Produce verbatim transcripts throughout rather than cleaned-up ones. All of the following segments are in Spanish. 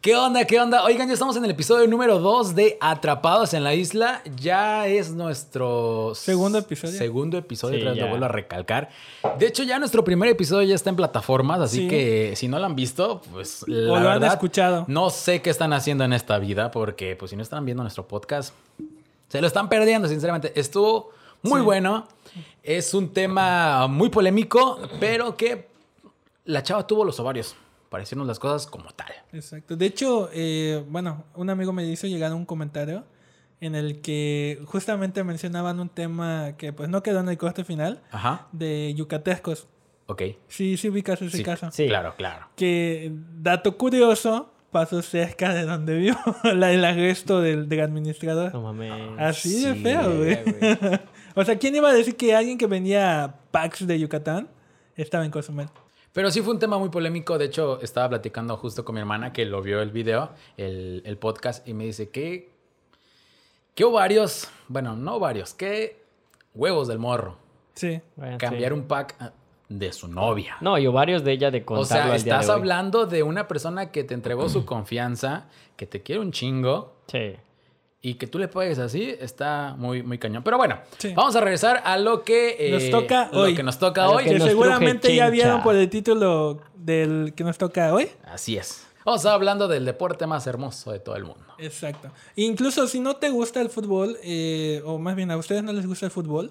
¿Qué onda? ¿Qué onda? Oigan, ya estamos en el episodio número dos de Atrapados en la Isla. Ya es nuestro... Segundo episodio. Segundo episodio, Sí, otra vez ya. lo vuelvo a recalcar. De hecho, ya nuestro primer episodio ya está en plataformas, así Sí. que si no lo han visto, pues la O lo han verdad, escuchado. no sé qué están haciendo en esta vida, porque pues si no están viendo nuestro podcast, se lo están perdiendo, sinceramente. Estuvo muy Sí. bueno. Es un tema muy polémico, pero que la chava tuvo los ovarios para decirnos las cosas como tal. Exacto. De hecho, eh, bueno, un amigo me hizo llegar un comentario en el que justamente mencionaban un tema que pues no quedó en el corte final Ajá. de yucatecos. Ok. Sí, sí ubicas ese Sí, caso. Sí. Claro, claro. Que, dato curioso, pasó cerca de donde vivo la, el arresto del, del administrador. No mames. Así de Sí, feo, güey. güey. O sea, ¿quién iba a decir que alguien que vendía packs de Yucatán estaba en Cozumel? Pero sí fue un tema muy polémico. De hecho, estaba platicando justo con mi hermana que lo vio el video, el, el podcast, y me dice que... ¿Qué ovarios? Bueno, no ovarios. ¿Qué huevos del morro? Sí. Bueno, Cambiar sí. un pack ah, de su novia. No, y varios de ella de O contarlo sea, al día estás de hoy. hablando de una persona que te entregó su confianza, que te quiere un chingo, Sí. y que tú le pagues así, está muy, muy cañón. Pero bueno, Sí. vamos a regresar a lo que... eh, Nos toca lo hoy. que nos toca A lo hoy. que Que nos seguramente truje ya chincha. vieron por el título del que nos toca hoy. Así es. Vamos a estar hablando del deporte más hermoso de todo el mundo. Exacto. Incluso si no te gusta el fútbol, eh, o más bien a ustedes no les gusta el fútbol,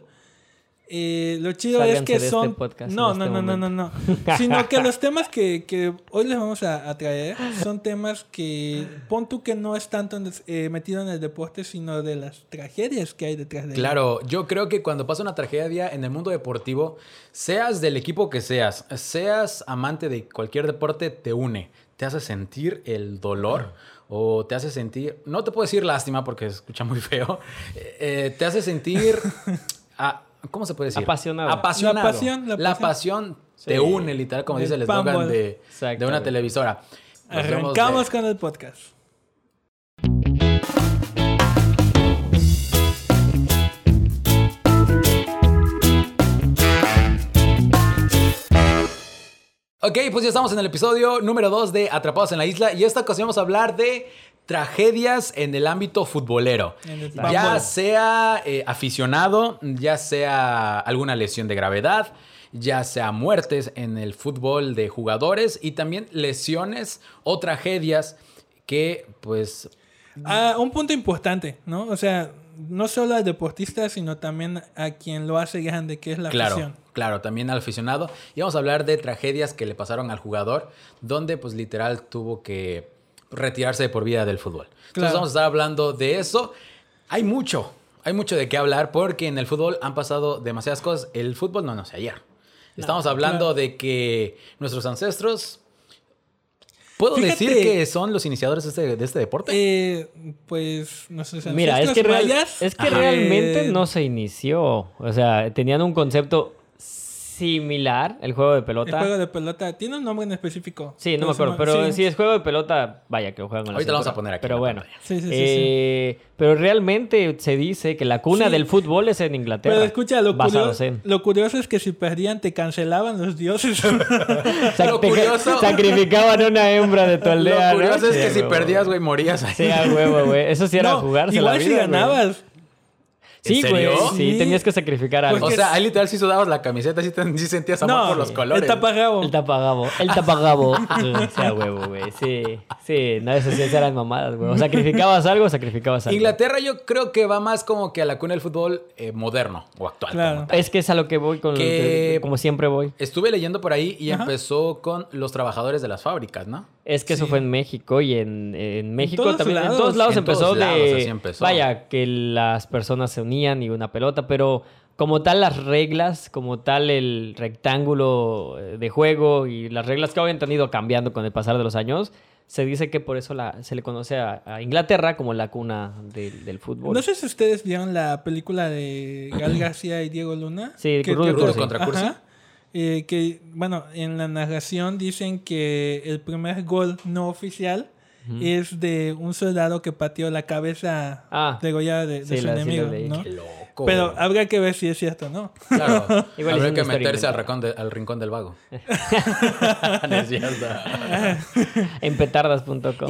eh, lo chido Sálganse es que de son... este podcast en no, este no, no, no, no, no. Sino que los temas que, que hoy les vamos a, a traer son temas que pon tú que no es tanto en des- eh, metido en el deporte, sino de las tragedias que hay detrás de él. Claro, yo creo que cuando pasa una tragedia en el mundo deportivo, seas del equipo que seas, seas amante de cualquier deporte, te une, te hace sentir el dolor o te hace sentir, no te puedo decir lástima porque se escucha muy feo, eh, te hace sentir, a- ¿cómo se puede decir? Apasionado. Apasionado. La pasión, la La pasión. pasión te Sí. une, literal, como Del dice el eslogan panball. de, de una Exactamente. televisora. Nos vemos Arrancamos de- con el podcast. Ok, pues ya estamos en el episodio número dos de Atrapados en la Isla y esta ocasión vamos a hablar de tragedias en el ámbito futbolero. En el Ya fútbol. sea eh, aficionado, ya sea alguna lesión de gravedad, ya sea muertes en el fútbol de jugadores y también lesiones o tragedias que pues... Ah, un punto importante, ¿no? O sea, no solo al deportista, sino también a quien lo hace grande, que es la Claro, afición. claro, también al aficionado. Y vamos a hablar de tragedias que le pasaron al jugador, donde pues literal tuvo que retirarse de por vida del fútbol. Entonces Claro. vamos a estar hablando de eso. Hay mucho, hay mucho de qué hablar porque en el fútbol han pasado demasiadas cosas. El fútbol no nace ayer. Estamos hablando claro. de que nuestros ancestros... ¿Puedo Fíjate- decir que son los iniciadores de este, de este deporte? Eh, pues, nuestros Mira, es que, ancestros real- mayas, es que eh, realmente no se inició. O sea, tenían un concepto similar, el juego de El pelota. juego de pelota tiene un nombre en específico. Sí, no me Pues, acuerdo, ma- pero sí. si es juego de pelota, vaya que lo juegan con la Ahorita lo vamos cintura. a poner aquí Pero en la bueno, pantalla. Sí, sí, sí, eh, pero realmente se dice que la cuna Sí. del fútbol es en Inglaterra. Pero escucha, lo basados curioso, en. lo curioso es que si perdían te cancelaban los dioses. Sac- Lo te- curioso- Sacrificaban una hembra de tu aldea. Lo ¿no? curioso es que Sí, si huevo. perdías, güey, morías ahí. Sí, a huevo, güey. Eso sí era No, jugarse igual la vida, si güey. ganabas. Sí, ¿En güey. serio? Sí, Sí. tenías que sacrificar algo. O Porque- sea, ahí literal sí sudabas la camiseta, sí, te- sí sentías amor No, por los colores. el tapagabo. El tapagabo. El tapagabo. Sí, a huevo, güey. Sí, sí. No, eso sí eran mamadas, güey. O sacrificabas algo o sacrificabas algo. Inglaterra yo creo que va más como que a la cuna del fútbol eh, moderno o actual. Claro. como tal. Es que es a lo que voy con Que- como siempre voy. Estuve leyendo por ahí y Ajá. empezó con los trabajadores de las fábricas, ¿no? Es que eso Sí. fue en México y en, en México todos también. lados. En todos lados En empezó todos lados de. así empezó. Vaya, que las personas se unían y una pelota, pero como tal las reglas, como tal el rectángulo eh, de juego y las reglas que habían tenido cambiando con el pasar de los años, se dice que por eso la, se le conoce a, a Inglaterra como la cuna del- del fútbol. No sé si ustedes vieron la película de Gal García y Diego Luna. Sí, que, Rudo que- Rudo Cursi. contra Cursi. Ajá. Eh, que, bueno, en la narración dicen que el primer gol no oficial es de un soldado que pateó la cabeza Ah. degollada de, de Sí, su la- sí, enemigo, la leí. ¿no? Qué loco. Pero habría que ver si es cierto o no. Claro, Igual habría es que una historia meterse al inventada. rincón, de- al rincón del vago. No es cierto. En petardas punto com. Y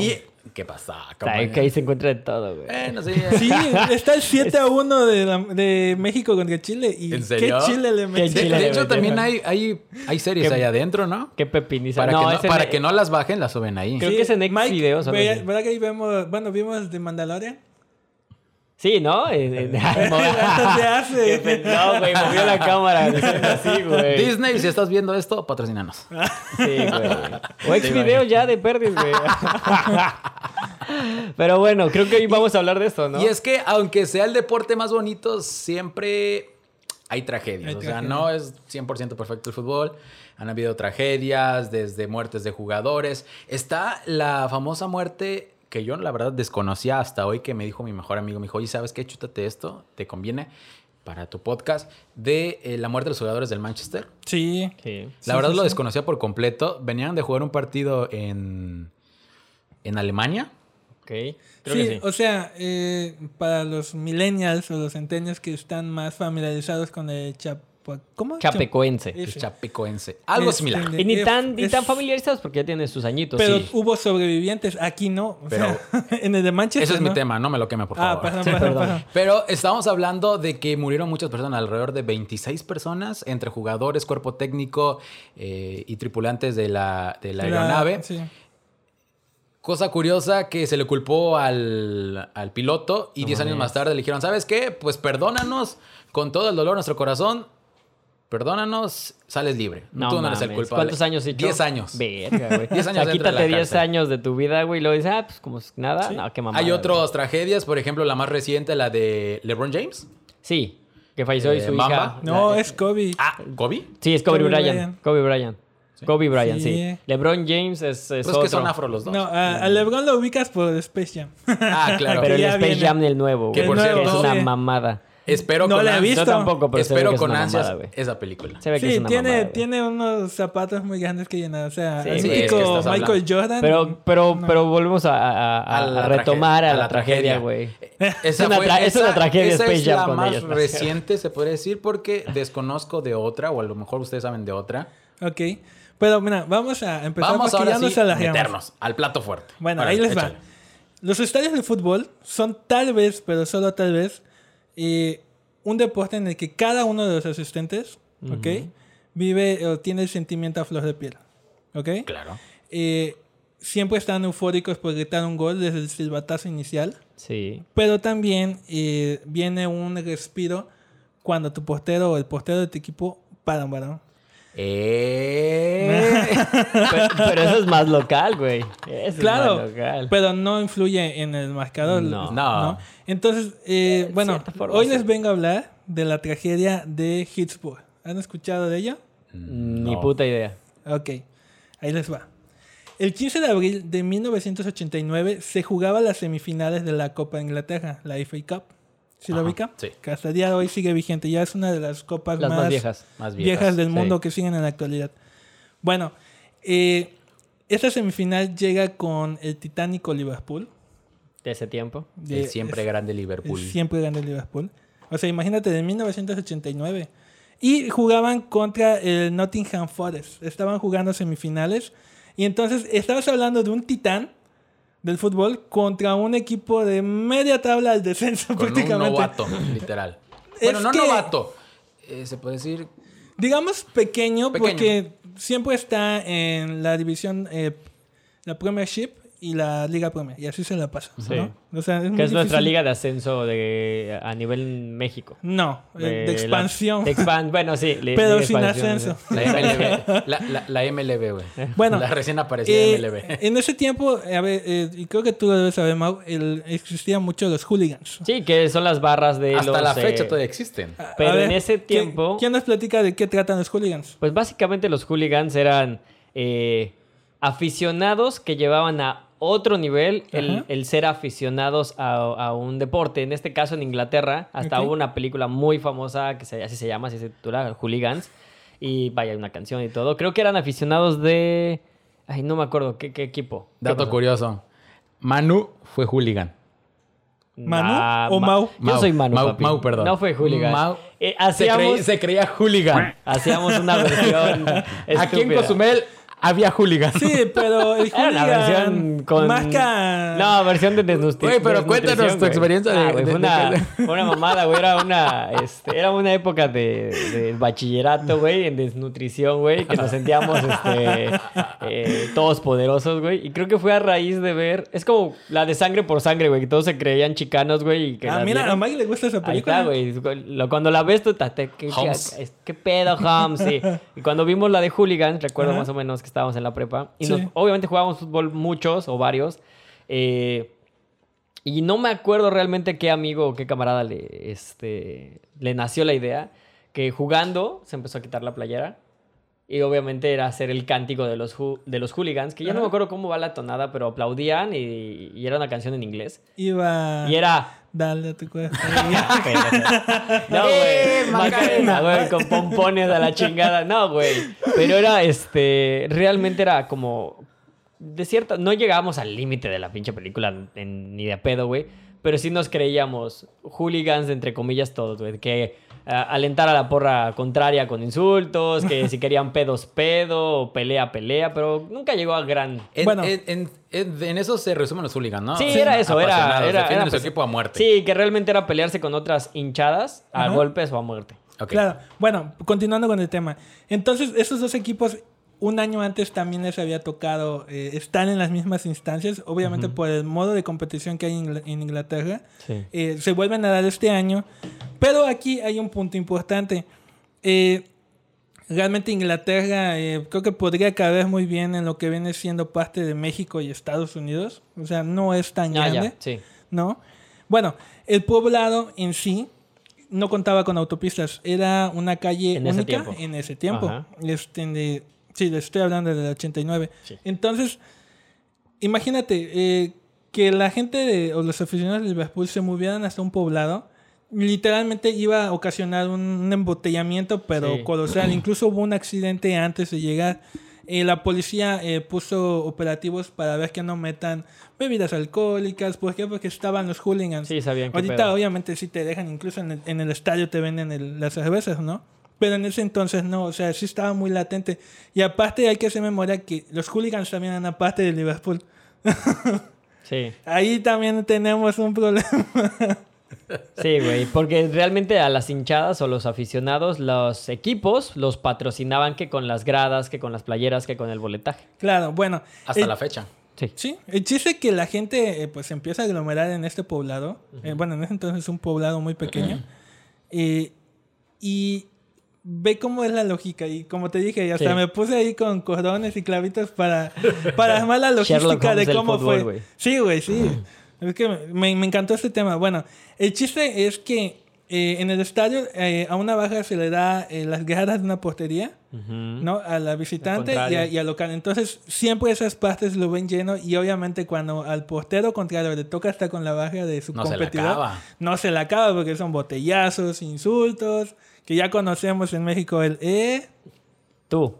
¿Qué pasa, O sea, compañero? que ahí se encuentra de todo, güey. Bueno, sí. Sí, está el siete a uno de, la- de México contra Chile. ¿Y ¿En serio? qué Chile le ¿Qué metió? De, Chile de le hecho, metieron? también hay, hay, hay series ¿Qué- ahí adentro, ¿no? Qué pepiniza. Para, no, que, no, es en- para que no las bajen, las suben ahí. Creo que es en X Mike, videos, algo ve- así. ¿verdad que ahí vemos, bueno, vimos de Mandalorian? Sí, ¿no? En- en- Hasta se hace. Qué pe- No, güey, movió la cámara diciendo así, güey. Disney, si estás viendo esto, patrocínanos. Sí, güey. O ex video ya de pérdidas, güey. Pero bueno, creo que hoy vamos a hablar de esto, ¿no? Y es que, aunque sea el deporte más bonito, siempre hay tragedias. Hay o sea, tragedias. no es cien por ciento perfecto el fútbol. Han habido tragedias, desde muertes de jugadores. Está la famosa muerte que yo, la verdad, desconocía hasta hoy, que me dijo mi mejor amigo. Me dijo, oye, ¿sabes qué? Chútate esto, te conviene para tu podcast, de eh, la muerte de los jugadores del Manchester. Sí. Sí. La Sí, verdad sí, lo sí. desconocía por completo. Venían de jugar un partido en, en Alemania. Ok. Creo Sí, que sí. o sea, eh, para los millennials o los centennials que están más familiarizados con el chapo... ¿Cómo? Chapecoense. Ese. El chapecoense. Algo Este, similar. de- Y ni es- tan, ni es- tan familiarizados porque ya tiene sus añitos. Pero sí. hubo sobrevivientes. Aquí no. O Pero- sea, en el de Manchester, Ese es mi ¿no? tema, no me lo queme, por Ah, favor. perdón, Sí, perdón, perdón. perdón. Pero estamos hablando de que murieron muchas personas, alrededor de veintiséis personas, entre jugadores, cuerpo técnico eh, y tripulantes de la, de la aeronave. Sí. Cosa curiosa que se le culpó al, al piloto y No diez años mames. más tarde le dijeron, ¿sabes qué? Pues perdónanos con todo el dolor de nuestro corazón. Perdónanos, sales libre. No Tú no eres el mames. culpable. ¿Cuántos años hizo? diez años. Verga, güey. diez años O sea, dentro de quítate la diez cárcel. años de tu vida, güey, y luego dices, ah, pues como nada. Sí. No, qué mamada. Hay güey. otras tragedias, por ejemplo, la más reciente, la de LeBron James. Sí, que falleció y Eh, su Mamba. hija. No, la- es Kobe. Ah, ¿Kobe? Sí, es Kobe, Kobe Bryant. Bryant. Kobe Bryant. Kobe Bryant, sí. Sí. LeBron James es, es Pues otro. que son afro los dos. No, a, a LeBron lo ubicas por Space Jam. Ah, claro. Pero el ya Space viene. Jam el nuevo, Que güey. por que cierto- es una Sí. mamada. Espero No con la he ansias- visto. Yo tampoco, pero se ve Espero que es con una ansias mamada, güey. esa película. Se ve que es Sí, una tiene, mamada, güey. tiene unos zapatos muy grandes que llenar. O sea, Sí, el sí, es mítico que estás Michael hablando. Jordan. Pero, pero, No. pero volvemos a, a- a- A la a retomar tragedia- a la, tragedia, güey. Esa una fue- tra- es una esa- tragedia esa Space es Jam la con más ellos, ¿no? reciente, se puede decir, porque desconozco de otra, o a lo mejor ustedes saben de otra. Ok. Pero mira, vamos a empezar Vamos porque ahora ya sí nos a alargamos. meternos al plato fuerte. Bueno, Órale, ahí les échale. va. Los estadios de fútbol son tal vez, pero solo tal vez, eh, un deporte en el que cada uno de los asistentes, ¿ok? Vive o tiene el sentimiento a flor de piel, ¿ok? Claro. Eh, siempre están eufóricos por gritar un gol desde el silbatazo inicial, Sí. pero también eh, viene un respiro cuando tu portero o el portero de tu equipo para un balón. Eh... Pero, pero eso es más local, güey. Eso Claro, es más local. pero no influye en el marcador. No. No. Entonces, eh, En bueno, cierta forma, hoy sí. les vengo a hablar de la tragedia de Hillsborough. ¿Han escuchado de ella? Ni No. puta idea. Ok, ahí les va. El quince de abril de mil novecientos ochenta y nueve se jugaba las semifinales de la Copa de Inglaterra, la F A Cup. ¿Sí lo Ajá, ubica? sí. Que hasta el día de hoy sigue vigente. Ya es una de las copas Las más, más viejas. Más viejas, viejas. del sí. mundo que siguen en la actualidad. Bueno, eh, esta semifinal llega con el titánico Liverpool. De ese tiempo. de- El siempre es- grande Liverpool. el siempre grande Liverpool. O sea, imagínate, de mil novecientos ochenta y nueve. Y jugaban contra el Nottingham Forest. Estaban jugando semifinales. Y entonces estabas hablando de un titán del fútbol contra un equipo de media tabla al descenso Con un prácticamente. novato, literal. Es Bueno, no que- novato. Eh, se puede decir... Digamos pequeño, Pequeño. porque siempre está en la división, eh, la Premiership y la Liga Premier. Y así se la pasa. Sí. ¿no? O sea, es muy Que es nuestra difícil. liga de ascenso de, a nivel México. No, eh, de, la- expansión. de expan- bueno, sí. li- Pero liga sin expansión, ascenso. ¿no? La M L B. La, la, la M L B, güey. Bueno, La recién aparecida Eh, M L B. en ese tiempo, a ver, eh, y creo que tú lo debes saber, Mau, el- existían mucho los hooligans. Sí, que son las barras de Hasta los... la fecha eh, todavía existen. A- Pero a ver, en ese ¿quién- tiempo- ¿Quién nos platica de qué tratan los hooligans? Pues básicamente los hooligans eran eh, aficionados que llevaban a otro nivel el, Ajá. el ser aficionados a, a un deporte. En este caso, en Inglaterra, hasta Ok. hubo una película muy famosa que se, así se llama, así se titula, Hooligans. Y vaya, una canción y todo. Creo que eran aficionados de... Ay, no me acuerdo, ¿qué, qué equipo? ¿Qué Dato pasó? curioso. Manu fue hooligan. ¿Manu Ah, o Ma- Mau? Yo Mau, soy Manu, Mau, papi. Mau, perdón. No fue hooligan. Mau. Eh, Se, hacíamos, creí- se creía hooligan. hacíamos una versión Aquí en estúpida. Cozumel, había hooligans. Sí, pero el Era la versión hooligan con... marca... No, versión de desnutrición. Güey, pero cuéntanos tu experiencia de- Ah, güey, de- fue, de- una, de- fue una mamada, güey. Era una, este, era una época de, de bachillerato, güey, en desnutrición, güey, que nos sentíamos este, eh, todos poderosos, güey. Y creo que fue a raíz de ver... Es como la de Sangre por Sangre, güey, que todos se creían chicanos, güey. Y que Ah, la mira, a vieron. Mike le gusta esa Ahí película. está, güey. Lo- Cuando la ves tú, te, ¿qué, Holmes. qué, qué pedo, Holmes? Sí. Y cuando vimos la de Hooligans, recuerdo Ajá. más o menos que estábamos en la prepa. Y Sí. nos- obviamente jugábamos fútbol muchos o varios. eh, y no me acuerdo realmente qué amigo o qué camarada le, este, le nació la idea. Que jugando se empezó a quitar la playera. Y obviamente era hacer el cántico de los, ju- de los hooligans. Que ya no Ajá. me acuerdo cómo va la tonada, pero aplaudían y, y era una canción en inglés. Iba... Y era... Dale a tu cuerpo. No, ¡Eh, güey. Macarena! Macarena, güey, con pompones a la chingada. No, güey. Pero era, este... Realmente era como... De cierta... No llegábamos al límite de la pinche película en- ni de pedo, güey. Pero sí nos creíamos hooligans, entre comillas, todos, güey. Que ah, alentar a la porra contraria con insultos, que si querían pedos, pedo, o pelea, pelea. Pero nunca llegó a gran... En, Bueno. en, en- en- en eso se resumen los hooligans, ¿no? Sí, O sea, era eso, era... apasionados, era, defienden era su pues- equipo a muerte. Sí, que realmente era pelearse con otras hinchadas a Ajá. golpes o a muerte. Ok. Claro. Bueno, continuando con el tema. Entonces, esos dos equipos, un año antes también les había tocado eh, estar en las mismas instancias. Obviamente por el modo de competición que hay en Ingl- en Inglaterra. Sí. Eh, se vuelven a dar este año. Pero aquí hay un punto importante. Eh, realmente Inglaterra eh, creo que podría caber muy bien en lo que viene siendo parte de México y Estados Unidos. O sea, no es tan Ah, grande. ya, sí. ¿No? Bueno, el poblado en sí no contaba con autopistas. Era una calle En ese única tiempo. en ese tiempo. Ajá. Este, de- sí, le estoy hablando del ochenta y nueve. Sí. Entonces, imagínate eh, que la gente de- o los aficionados de Liverpool se movieran hasta un poblado. Literalmente iba a ocasionar un, un embotellamiento, pero Sí. colosal. Incluso hubo un accidente antes de llegar. Eh, la policía eh, puso operativos para ver que no metan bebidas alcohólicas. ¿Por qué? Porque estaban los hooligans. Sí, sabían qué Ahorita pedo. obviamente sí te dejan, incluso en el, en el estadio te venden el- las cervezas, ¿no? Pero en ese entonces no, o sea, sí estaba muy latente. Y aparte hay que hacer memoria que los hooligans también eran parte de Liverpool. Sí, Ahí también tenemos un problema. sí, güey. Porque realmente a las hinchadas o los aficionados, los equipos los patrocinaban que con las gradas, que con las playeras, que con el boletaje. Claro, bueno. Hasta el- la fecha. Sí. Sí, el chiste es que la gente eh, pues empieza a aglomerar en este poblado. Eh, bueno, en ese entonces es un poblado muy pequeño. Eh, y ve cómo es la lógica. Y como te dije, hasta Sí. me puse ahí con cordones y clavitos para, para armar la Sherlock logística Holmes de del cómo fútbol, fue. güey. Sí, güey, sí. Es que me, me encantó este tema. Bueno, el chiste es que eh, en el estadio eh, a una baja se le da eh, las gradas de una portería. Ujú. ¿No? A la visitante y, contrario. a, y al local. Entonces, siempre esas partes lo ven lleno y obviamente cuando al portero contrario le toca estar con la baja de su No se la competidor, acaba. no se la acaba porque son botellazos, insultos, que ya conocemos en México el eh. Tú.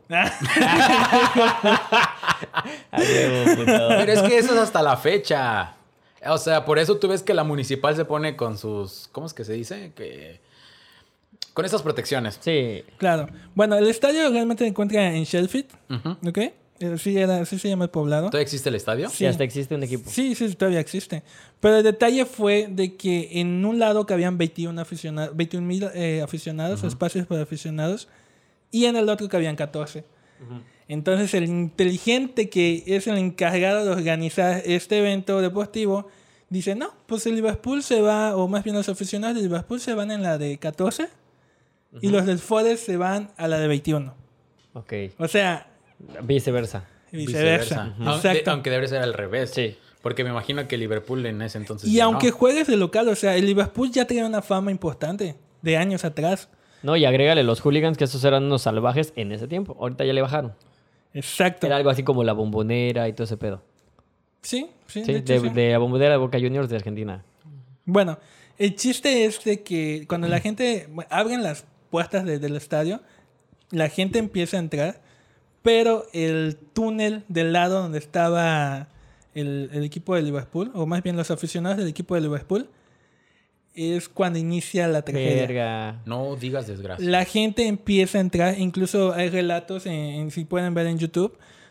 A huevo, puto. Pero es que eso es hasta la fecha. O sea, por eso tú ves que la municipal se pone con sus... ¿Cómo es que se dice? Que... Con estas protecciones. Sí. Claro. Bueno, el estadio realmente se encuentra en Sheffield, Ujú. ¿ok? Eh, Sí, era, así se llama el poblado. ¿Todavía existe el estadio? Sí, hasta existe un equipo. Sí, sí, todavía existe. Pero el detalle fue de que en un lado que habían veintiún aficionados, veintiún mil eh, aficionados, espacios para aficionados, y en el otro que habían catorce. Entonces el inteligente que es el encargado de organizar este evento deportivo dice, no, pues el Liverpool se va, o más bien los aficionados del Liverpool se van en la de catorce y los del Forest se van a la de veintiuno. Ok. O sea, Viceversa. viceversa. Aunque- Exacto. Aunque debería ser al revés. Sí. Porque me imagino que Liverpool en ese entonces... Y ya aunque no. juegues de local, o sea, el Liverpool ya tenía una fama importante de años atrás. No, y agrégale los hooligans, que esos eran unos salvajes en ese tiempo. Ahorita ya le bajaron. Exacto. Era algo así como la bombonera y todo ese pedo. Sí, sí, Sí, de de, hecho, sí. de la bombonera de Boca Juniors de Argentina. Bueno, el chiste es de que cuando la gente bueno, abren las puertas de- del estadio, la gente empieza a entrar, pero el túnel del lado donde estaba el, el equipo de Liverpool, o más bien los aficionados del equipo de Liverpool, es cuando inicia la tragedia. Verga. No digas desgracia. La gente empieza a entrar, incluso hay relatos, en, en- si pueden ver en YouTube,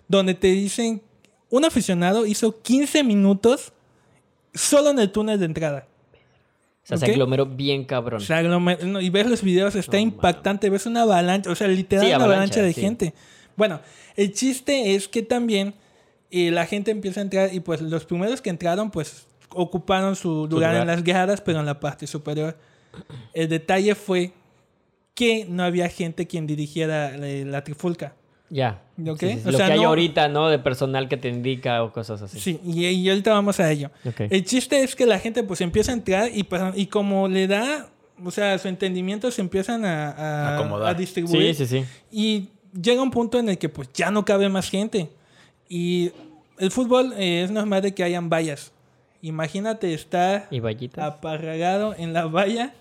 donde te dicen, un aficionado hizo quince minutos solo en el túnel de entrada. O sea, ¿Ok? se aglomeró bien cabrón. O sea, aglomer- no, y ves los videos, está No, impactante. Ves una avalancha, o sea, literal Sí, una avalancha, avalancha de sí. gente. Bueno, el chiste es que también eh, la gente empieza a entrar y pues los primeros que entraron pues ocuparon su lugar, lugar. en las gradas, pero en la parte superior. El detalle fue que no había gente quien dirigiera eh, la trifulca. Ya. ¿Ok? Sí, sí, sí. O Lo sea, que hay no- ahorita, ¿no? De personal que te indica o cosas así. Sí, y, y ahorita vamos a ello. Ok. El chiste es que la gente pues empieza a entrar y, pues, y como le da, o sea, su entendimiento se empiezan a, a, Acomodar. a distribuir. Sí, sí, sí. Y llega un punto en el que pues ya no cabe más gente. Y el fútbol eh, es normal de que hayan vallas. Imagínate estar ¿Y vallitas? aparragado en la valla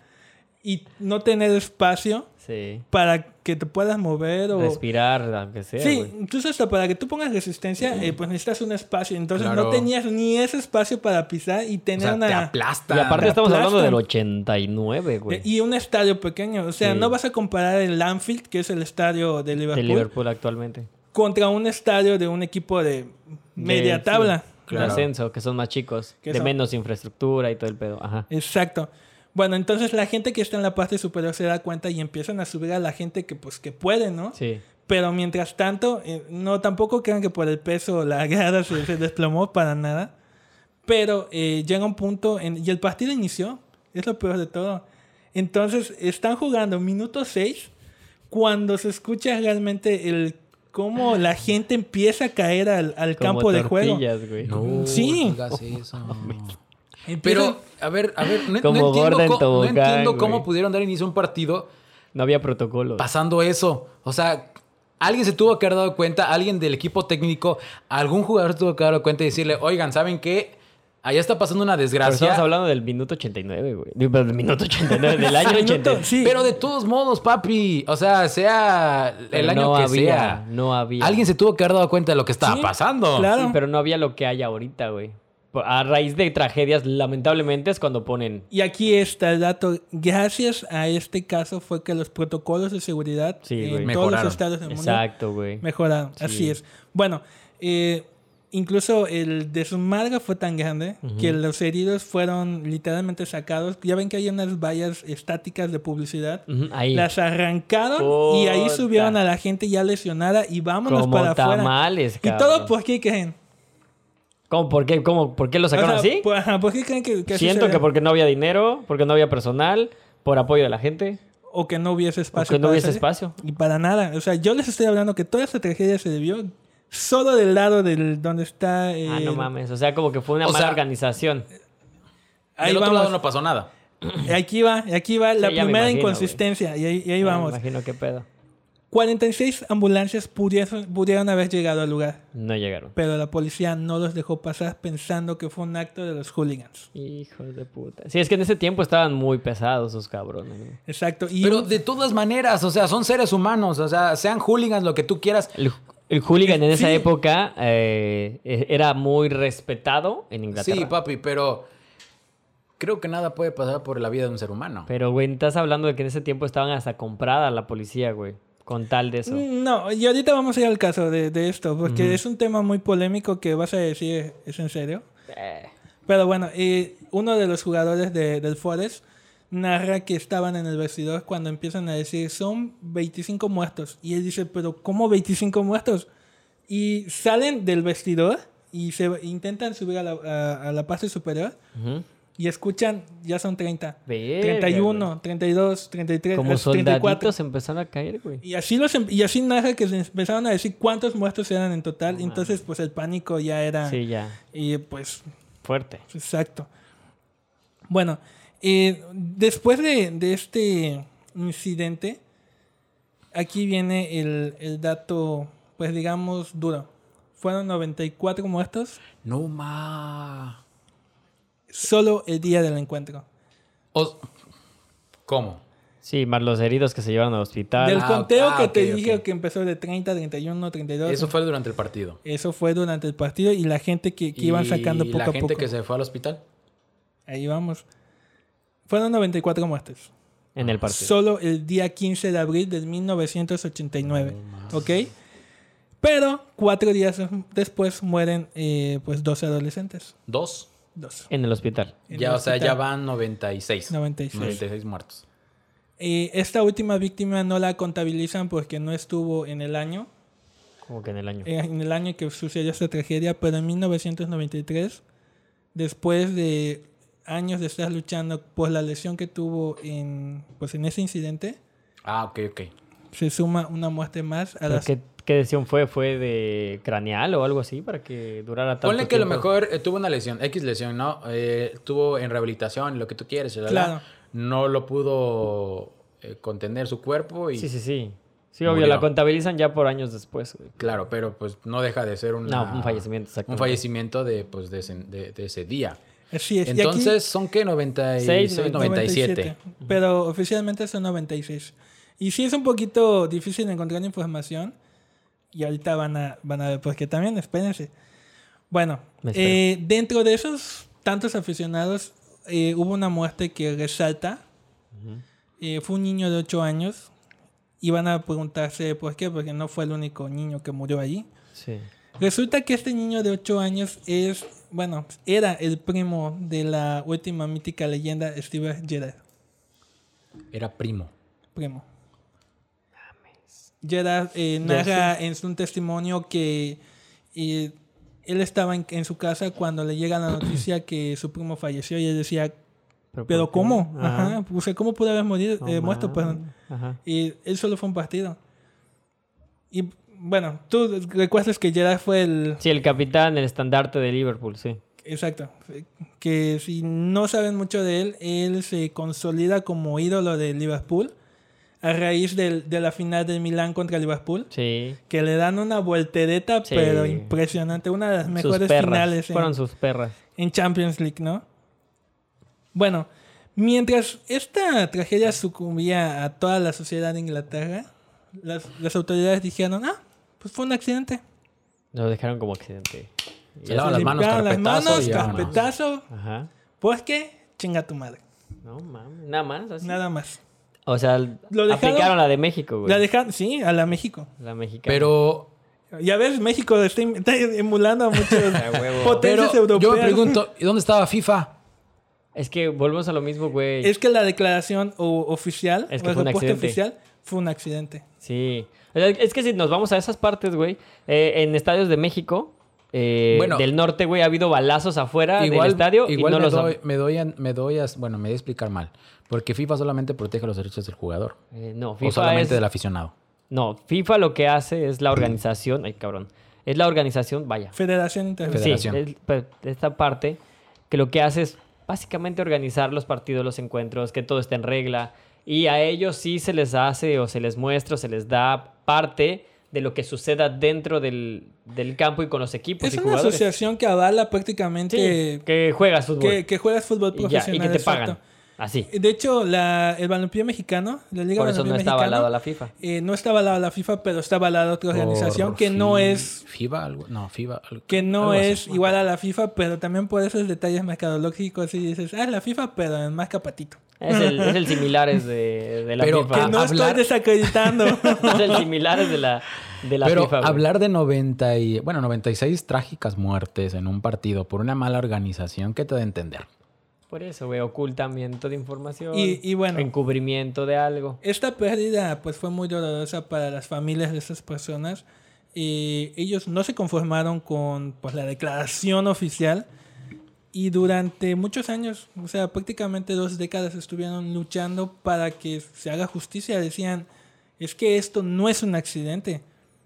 y no tener espacio Sí. para que te puedas mover o... Respirar, aunque sea, Sí, güey. incluso hasta para que tú pongas resistencia, eh, pues necesitas un espacio. Entonces Claro. no tenías ni ese espacio para pisar y O tener sea, te una... aplastan. Y aparte te estamos hablando aplastan. del ochenta y nueve, güey. eh, y un estadio pequeño. O sea, Sí. no vas a comparar el Anfield, que es el estadio de Liverpool, De Liverpool actualmente. contra un estadio de un equipo de media De- tabla. sí, Claro. De ascenso, que son más chicos. Que De son- menos infraestructura y todo el pedo. Ajá. Exacto. Bueno, entonces la gente que está en la parte superior se da cuenta y empiezan a subir a la gente que pues que puede, ¿no? Sí. Pero mientras tanto, eh, no tampoco crean que por el peso la grada se, se desplomó para nada. Pero eh, llega un punto en- y el partido inició. Es lo peor de todo. Entonces están jugando minuto seis cuando se escucha realmente el cómo la gente empieza a caer al, al Como campo de juego. tortillas, güey. No, Sí. no digas eso. Empiezan- Pero, a ver, a ver, no, no Como entiendo, gorda en co- no tobogán, entiendo güey. cómo pudieron dar inicio a un partido No había protocolo. pasando eso. O sea, alguien se tuvo que haber dado cuenta, alguien del equipo técnico, algún jugador se tuvo que haber dado cuenta y decirle, oigan, ¿saben qué? Allá está pasando una Pero desgracia. estamos hablando del minuto ochenta y nueve, güey. Digo, del minuto ochenta y nueve, del año Minuto- ochenta y nueve. sí. Pero de todos modos, papi, o sea, sea el Pero año no que había, sea, no había. alguien se tuvo que haber dado cuenta de lo que estaba Sí, pasando. claro. Sí, pero no había lo que hay ahorita, güey. Por- A raíz de tragedias, lamentablemente, es cuando ponen... Y aquí está el dato. Gracias a este caso fue que los protocolos de seguridad Sí, en güey. todos Mejoraron. los estados del mundo Exacto, güey. mejoraron. Sí. Así es. Bueno, eh, incluso el desmadre fue tan grande que los heridos fueron literalmente sacados. Ya ven que hay unas vallas estáticas de publicidad. Ujú, ahí. Las arrancaron y ahí Puta. subieron a la gente ya lesionada y vámonos Como para afuera. tamales, ¿Y cabrón. todo por qué creen? ¿Cómo? ¿Por qué? ¿Cómo? ¿Por qué lo sacaron O sea, así? ¿por, ajá, ¿por qué creen que, que así Siento se que ve? porque no había dinero, porque no había personal, por apoyo de la gente, O que no hubiese o espacio. que no para hubiese hacer- espacio. Y para nada. O sea, yo les estoy hablando que toda esta tragedia se debió solo del lado del donde está. eh, Ah, no mames. O sea, como que fue una O mala sea, organización. Ahí Del otro vamos. lado no pasó nada. Aquí va, aquí va la Sí, ya me primera imagino, inconsistencia. Y ahí, y ahí Ya me vamos. imagino qué pedo. cuarenta y seis ambulancias pudieron, pudieron haber llegado al lugar. No llegaron. Pero la policía no los dejó pasar pensando que fue un acto de los hooligans. Hijos de puta. Sí, es que en ese tiempo estaban muy pesados esos cabrones. ¿no? Exacto. Y Pero de todas maneras, o sea, son seres humanos, o sea, sean hooligans, lo que tú quieras. El, el hooligan en esa Sí. época eh, eh, era muy respetado en Inglaterra. Sí, papi, pero creo que nada puede pasar por la vida de un ser humano. Pero, güey, estás hablando de que en ese tiempo estaban hasta comprada la policía, güey. Con tal de eso. No, y ahorita vamos a ir al caso de, de esto, porque Ujú. es un tema muy polémico que vas a decir, ¿es en serio? Eh, Pero bueno, eh, uno de los jugadores de- del Forest narra que estaban en el vestidor cuando empiezan a decir, son veinticinco muertos. Y él dice, pero ¿cómo veinticinco muertos? Y salen del vestidor y se intentan subir a la, a- a la parte superior ujú. y escuchan, ya son treinta. Verga, treinta y güey. uno, treinta y dos, treinta y tres, Como treinta y cuatro. soldaditos empezaron a caer, güey. Y así, los, em- y así narra que se empezaron a decir cuántos muertos eran en total. Entonces, pues el pánico ya era... Sí, ya. Y pues, Fuerte. exacto. Bueno, eh, después de, de este incidente, aquí viene el, el dato, pues digamos, duro. Fueron noventa y cuatro muertos No ma. solo el día del encuentro. O- ¿Cómo? Sí, más los heridos que se llevaron al hospital. Del Ah, conteo ah, que ok, te ok. dije que empezó de treinta, treinta y uno, treinta y dos. Eso fue durante el partido. Eso fue durante el partido y la gente que, que iban sacando ¿Y poco la a gente poco. que se fue al hospital? Ahí vamos. Fueron noventa y cuatro muertes. En el partido. Solo el día quince de abril de mil novecientos ochenta y nueve. ¿Ok? Pero cuatro días después mueren eh, pues dos adolescentes. ¿Dos? Dos. En el hospital. En Ya, el o sea, hospital. ya van noventa y seis. noventa y seis. noventa y seis muertos. Eh, esta última víctima no la contabilizan porque no estuvo en el año, Como que en el año. eh, en el año que sucedió esta tragedia, pero en mil novecientos noventa y tres, después de años de estar luchando por la lesión que tuvo en, pues en ese incidente, Ah, ok, ok. se suma una muerte más a ¿Pero las... ¿Qué, qué lesión fue? ¿Fue de craneal o algo así para que durara tanto Ponle que a lo tiempo? mejor eh, tuvo una lesión, X lesión, ¿no? Eh, tuvo en rehabilitación, lo que tú quieres, la, la, Claro. la. No lo pudo eh, contener su cuerpo y... Sí, sí, sí. Sí, obvio, Murió. la contabilizan ya por años después. güey. Claro, pero pues no deja de ser una- No, un fallecimiento, un exactamente. fallecimiento de, pues, de, ese, de, de ese día. Así es. Y aquí- Entonces, ¿son qué? noventa y seis, Seis, noventa y siete. Pero oficialmente son noventa y seis. Y sí es un poquito difícil encontrar información. Y ahorita van a, van a ver, porque también, espérense. Bueno, Me espero. eh, dentro de esos tantos aficionados, eh, hubo una muerte que resalta. Eh, fue un niño de ocho años. Y van a preguntarse por qué, porque no fue el único niño que murió allí. Sí. Resulta que este niño de ocho años es, bueno, era el primo de la última mítica leyenda Steven Gerrard. Era primo. Primo. Gerard eh, Ya narra en un testimonio que eh, él estaba en, en su casa cuando le llega la noticia que su primo falleció y él decía, ¿Pero, ¿pero por qué? cómo? Ajá. Ajá. O sea, ¿cómo pudo haber morir, No eh, muerto? mames. Perdón. Ajá. Y él solo fue un partido. Y bueno, tú recuerdas que Gerard fue el... Sí, el capitán, el estandarte de Liverpool, sí. Exacto. Que si no saben mucho de él, él se consolida como ídolo de Liverpool a raíz del- de la final del Milán contra Liverpool. Sí. Que le dan una voltereta, Sí. pero impresionante. Una de las Sus mejores perras. finales en, Fueron sus perras. en Champions League, ¿no? Bueno, mientras esta tragedia sucumbía a toda la sociedad de Inglaterra, las, las autoridades dijeron, ah, pues fue un accidente. Lo dejaron como accidente. Y Se ya lavan se- las manos, Limpiaron las carpetazo manos, y vámonos. carpetazo. Ajá. Pues que, chinga tu madre. No mames, nada más. Así. Nada más. O sea, Lo dejaron- aplicaron la de México, güey. La La, dejaron, sí, a la México. mexicana. Pero, Ya ves, México está, em- está emulando a muchos A huevo. potencias pero europeas. yo me pregunto, ¿y dónde estaba FIFA? Es que volvemos a lo mismo, güey. Es que la declaración o- oficial, Es o que el fue un reporte accidente. oficial, fue un accidente. Sí. O sea, es que si nos vamos a esas partes, güey, eh, en estadios de México, eh, Bueno. del norte, güey, ha habido balazos afuera del estadio igual y no me, los han- doy, me, doy a, me doy a- bueno, me voy a explicar mal. Porque FIFA solamente protege los derechos del jugador. Eh, no, O FIFA solamente es- del aficionado. No, FIFA lo que hace es la organización... Ay, cabrón. Es la organización, vaya. Federación Internacional. Federación. Sí, es- pues, esta parte que lo que hace es básicamente organizar los partidos, los encuentros, que todo esté en regla. Y a ellos sí se les hace o se les muestra o se les da parte de lo que suceda dentro del, del campo y con los equipos Es y una jugadores. asociación que avala Sí, prácticamente que juegas fútbol. que, que juegas fútbol y, ya, profesional. y que te exacto. pagan. Así. De hecho, la, el balompié mexicano, la Liga Por eso no Balompié está Mexicano, avalado a la FIFA. eh, no está avalado la FIFA, pero está avalado otra organización Por que no fi- es FIBA, algo, no, FIBA. algo- que no algo así. es igual a la FIFA, pero también por esos detalles mercadológicos y dices, ah, es la FIFA, pero en más capatito. Es el, es el similares de, de la Pero FIFA. Que Ah, no hablar- estoy desacreditando. Es el similares de la, de la Pero FIFA. güey. hablar de noventa y, bueno, noventa y seis trágicas muertes en un partido por una mala organización, ¿qué te da a entender? Por eso, güey, ocultamiento de información. Y- y bueno. Encubrimiento de algo. Esta pérdida pues fue muy dolorosa para las familias de estas personas. Y ellos no se conformaron con pues, la declaración oficial. Y durante muchos años, o sea, prácticamente dos décadas estuvieron luchando para que se haga justicia. Decían, es que esto no es un accidente.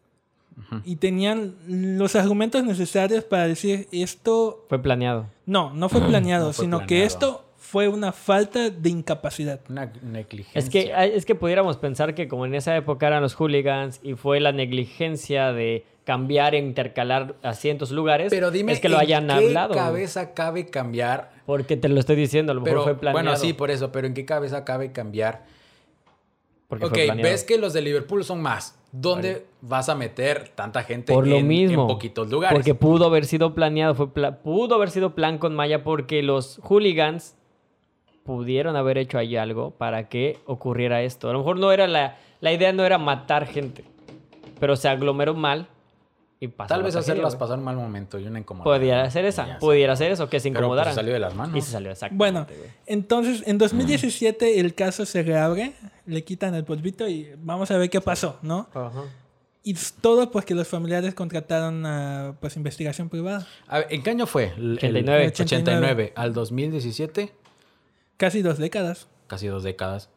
Y tenían los argumentos necesarios para decir, esto Fue planeado. no, no fue planeado, No fue sino que planeado. esto fue una falta de incapacidad. Una negligencia. Es que, es que pudiéramos pensar que como en esa época eran los hooligans y fue la negligencia de cambiar e intercalar asientos lugares, Pero dime, es que lo ¿en hayan qué hablado. cabeza cabe cambiar? Porque te lo estoy diciendo, a lo mejor Pero, fue planeado. bueno, sí, por eso, pero ¿en qué cabeza cabe cambiar? Porque Ok, fue planeado. ves que los de Liverpool son más. ¿Dónde vas a meter tanta gente Por lo en, mismo. en poquitos lugares? Porque pudo haber sido planeado, fue pla- pudo haber sido plan con Maya porque los hooligans pudieron haber hecho ahí algo para que ocurriera esto. A lo mejor no era la, la idea no era matar gente, pero se aglomeró mal y pasó Tal la vez tragedia, hacerlas güey. pasar un mal momento y una incomodidad. Pudiera ser Y esa, ya pudiera se- ser eso, que se Pero, pues, incomodaran. se salió de las manos. Y se salió, exacto. Bueno, entonces en dos mil diecisiete el caso se reabre, le quitan el polvito y vamos a ver qué pasó, ¿no? Ajá. Y todo pues que los familiares contrataron a pues investigación privada. A ver, ¿en qué año fue? El- ochenta y nueve. el ochenta y nueve al dos mil diecisiete, Casi dos décadas. casi dos décadas.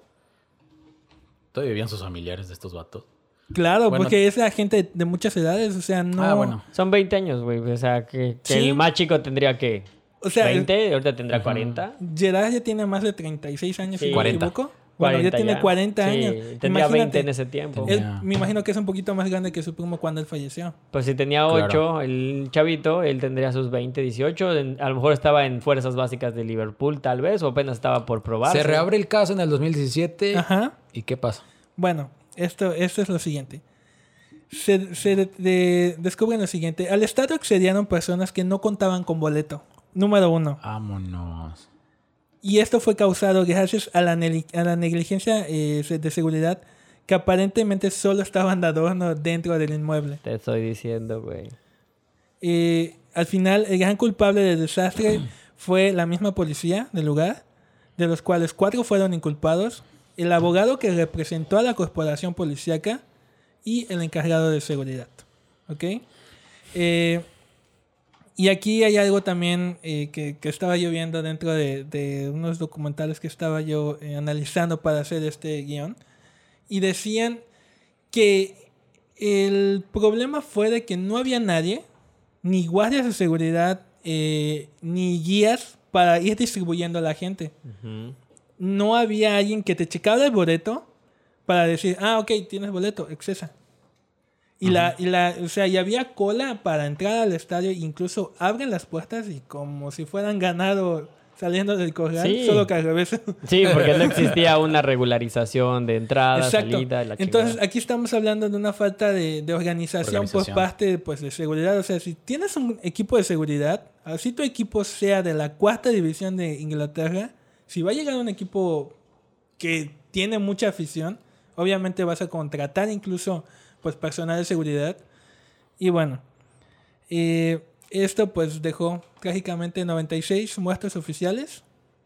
Todavía vivían sus familiares de estos vatos. Claro, Bueno. porque es la gente de muchas edades, o sea, no... Ah, bueno. Son veinte años, güey. O sea, que, que Sí. el más chico tendría que O sea, veinte, ahorita tendrá cuarenta. Gerard ya tiene más de treinta y seis años, Sí. si no me cuarenta. equivoco. Bueno, ya tiene cuarenta Sí, años. tendría Imagínate, veinte en ese tiempo. Tenía- él- me imagino que es un poquito más grande que su primo cuando él falleció. Pues si tenía Claro. ocho, el chavito, él tendría sus veinte, dieciocho. En- A lo mejor estaba en fuerzas básicas de Liverpool, tal vez, o apenas estaba por probar. Se reabre el caso en el dos mil diecisiete. Ajá. ¿Y qué pasa? Bueno, esto, esto es lo siguiente. Se, se de- de- descubren lo siguiente. Al Estado accedieron personas que no contaban con boleto. Número uno. Vámonos. Y esto fue causado gracias a la, neli- a la negligencia eh, de seguridad que aparentemente solo estaban de adorno dentro del inmueble. Te estoy diciendo, güey. Eh, al final, el gran culpable del desastre fue la misma policía del lugar, de los cuales cuatro fueron inculpados, el abogado que representó a la corporación policíaca y el encargado de seguridad. ¿Ok? Eh, y aquí hay algo también eh, que, que estaba yo viendo dentro de, de unos documentales que estaba yo eh, analizando para hacer este guión. Y decían que el problema fue de que no había nadie, ni guardias de seguridad, eh, ni guías para ir distribuyendo a la gente. Ujú. No había alguien que te checaba el boleto para decir, ah, ok, tienes boleto, accesa. Y la, y la, o sea, y había cola para entrar al estadio, incluso abren las puertas y como si fueran ganado saliendo del corral, Sí. solo que al revés. Sí, porque no existía una regularización de entrada, Exacto. salida, la Entonces, chingada. aquí estamos hablando de una falta de, de organización, por Organización. parte pues, de seguridad. O sea, si tienes un equipo de seguridad, así tu equipo sea de la cuarta división de Inglaterra, si va a llegar un equipo que tiene mucha afición, obviamente vas a contratar incluso pues personal de seguridad. Y bueno, eh, esto pues dejó trágicamente noventa y seis muertos oficiales,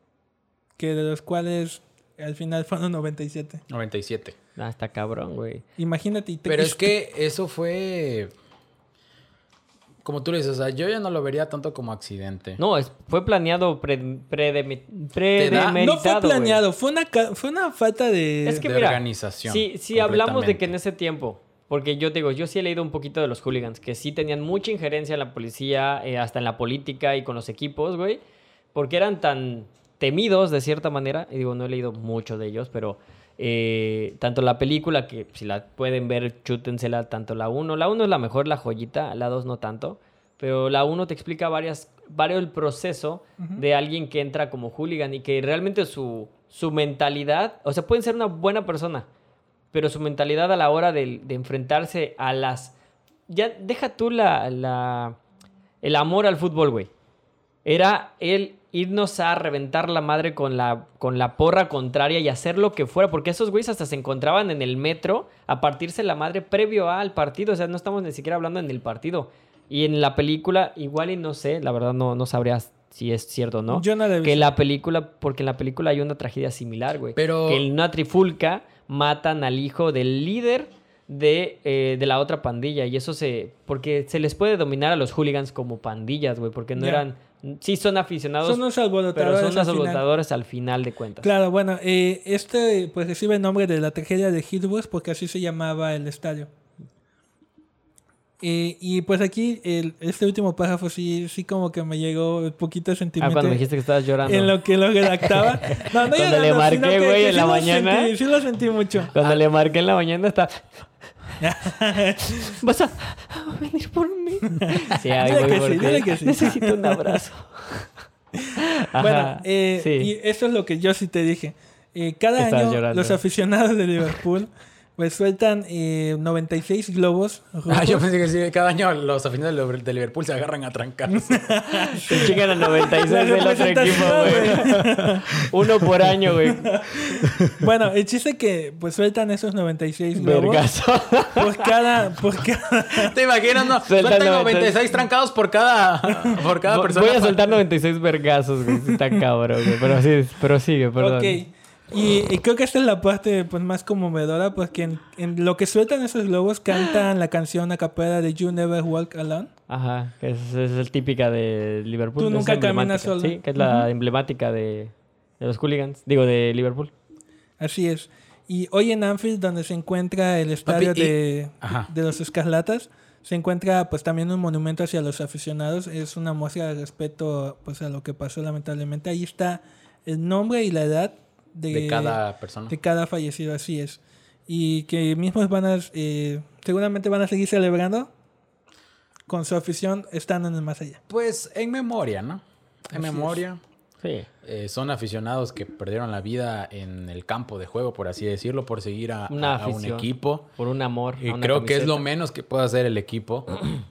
que de los cuales al final fueron noventa y siete. noventa y siete. Ah, está cabrón, güey. Imagínate. y te- Pero es que eso fue... Como tú le dices, o sea, yo ya no lo vería tanto como accidente. No, es, fue planeado pre, predemi- da- premeditado. no fue güey. planeado, fue una, ca- fue una falta de... Es que de mira, organización, Si, si hablamos de que en completamente. ese tiempo, porque yo te digo, yo sí he leído un poquito de los hooligans, que sí tenían mucha injerencia en la policía, eh, hasta en la política y con los equipos, güey, porque eran tan temidos de cierta manera, y digo, no he leído mucho de ellos, pero eh, tanto la película, que si la pueden ver, chútensela, tanto la uno, la uno es la mejor, la joyita, la dos no tanto, pero la uno te explica varias, varios el proceso de alguien que entra como hooligan y que realmente su, su mentalidad, o sea, pueden ser una buena persona, pero su mentalidad a la hora de, de enfrentarse a las... Ya deja tú la, la, el amor al fútbol, güey. Era el irnos a reventar la madre con la, con la porra contraria y hacer lo que fuera, porque esos güeyes hasta se encontraban en el metro a partirse la madre previo al partido, o sea, no estamos ni siquiera hablando en el partido. Y en la película, igual y no sé, la verdad no, no sabrías si es cierto o no. Yo no la he Que visto. la película, porque en la película hay una tragedia similar, güey. Pero- Que en una trifulca matan al hijo del líder de, eh, de la otra pandilla. Y eso se... Porque se les puede dominar a los hooligans como pandillas, güey. Porque no Ya. eran... Sí son aficionados, Son unos pero alborotadores. son al unos final. alborotadores al final de cuentas. Claro, bueno, eh, este pues recibe el nombre de la tragedia de Hillsborough porque así se llamaba el estadio. Eh, y pues aquí el, este último párrafo sí, sí como que me llegó un poquito de Ah, sentimiento cuando me dijiste que estabas llorando. en lo que lo redactaba. No, no Cuando llorando, le marqué, sino que- güey, que en sí la lo mañana. sentí, sí lo sentí mucho. Cuando le marqué en la mañana está... ¿Vas a, a venir por mí? Sí, ahí Dile voy que por sí, ti. dile que sí. Necesito un abrazo. Ajá, Bueno, eh, sí. y esto es lo que yo sí te dije. Eh, cada Estabas año llorando. los aficionados de Liverpool pues sueltan eh, noventa y seis globos rojos. Ah, yo pensé que sí, cada año los aficionados de Liverpool se agarran a trancar. Se chingan a noventa y seis La del otro equipo, güey. Uno por año, güey. Bueno, el chiste es que pues sueltan esos noventa y seis globos. Vergazo. Por cada, por cada... ¿Te imaginas? No, Sueltan sueltan noventa y seis noventa y seis trancados por cada, por cada Voy- persona. Voy a soltar noventa y seis vergazos, güey. Sí, está cabrón, güey. Pero sí, pero sigue, perdón. Ok. Y, y creo que esta es la parte pues más conmovedora, porque en, en lo que sueltan esos globos cantan la canción a capela de You Never Walk Alone. Ajá, que es, es el típica de Liverpool. Tú es nunca emblemática. caminas solo. Sí, que es la emblemática de, de los hooligans. Digo, de Liverpool. Así es. Y hoy en Anfield, donde se encuentra el estadio Papi, y- de, Ajá. de los Escarlatas, se encuentra pues también un monumento hacia los aficionados. Es una muestra de respeto pues a lo que pasó lamentablemente. Ahí está el nombre y la edad de, De cada persona. de cada fallecido, así es. Y que mismos van a, eh, seguramente van a seguir celebrando con su afición estando en el más allá. Pues en memoria, ¿no? En Así memoria. Sí. Eh, son aficionados que perdieron la vida en el campo de juego, por así decirlo, por seguir a, Una a- a un afición. equipo. Por un amor. Y a una creo que es lo camiseta. menos que puede hacer el equipo.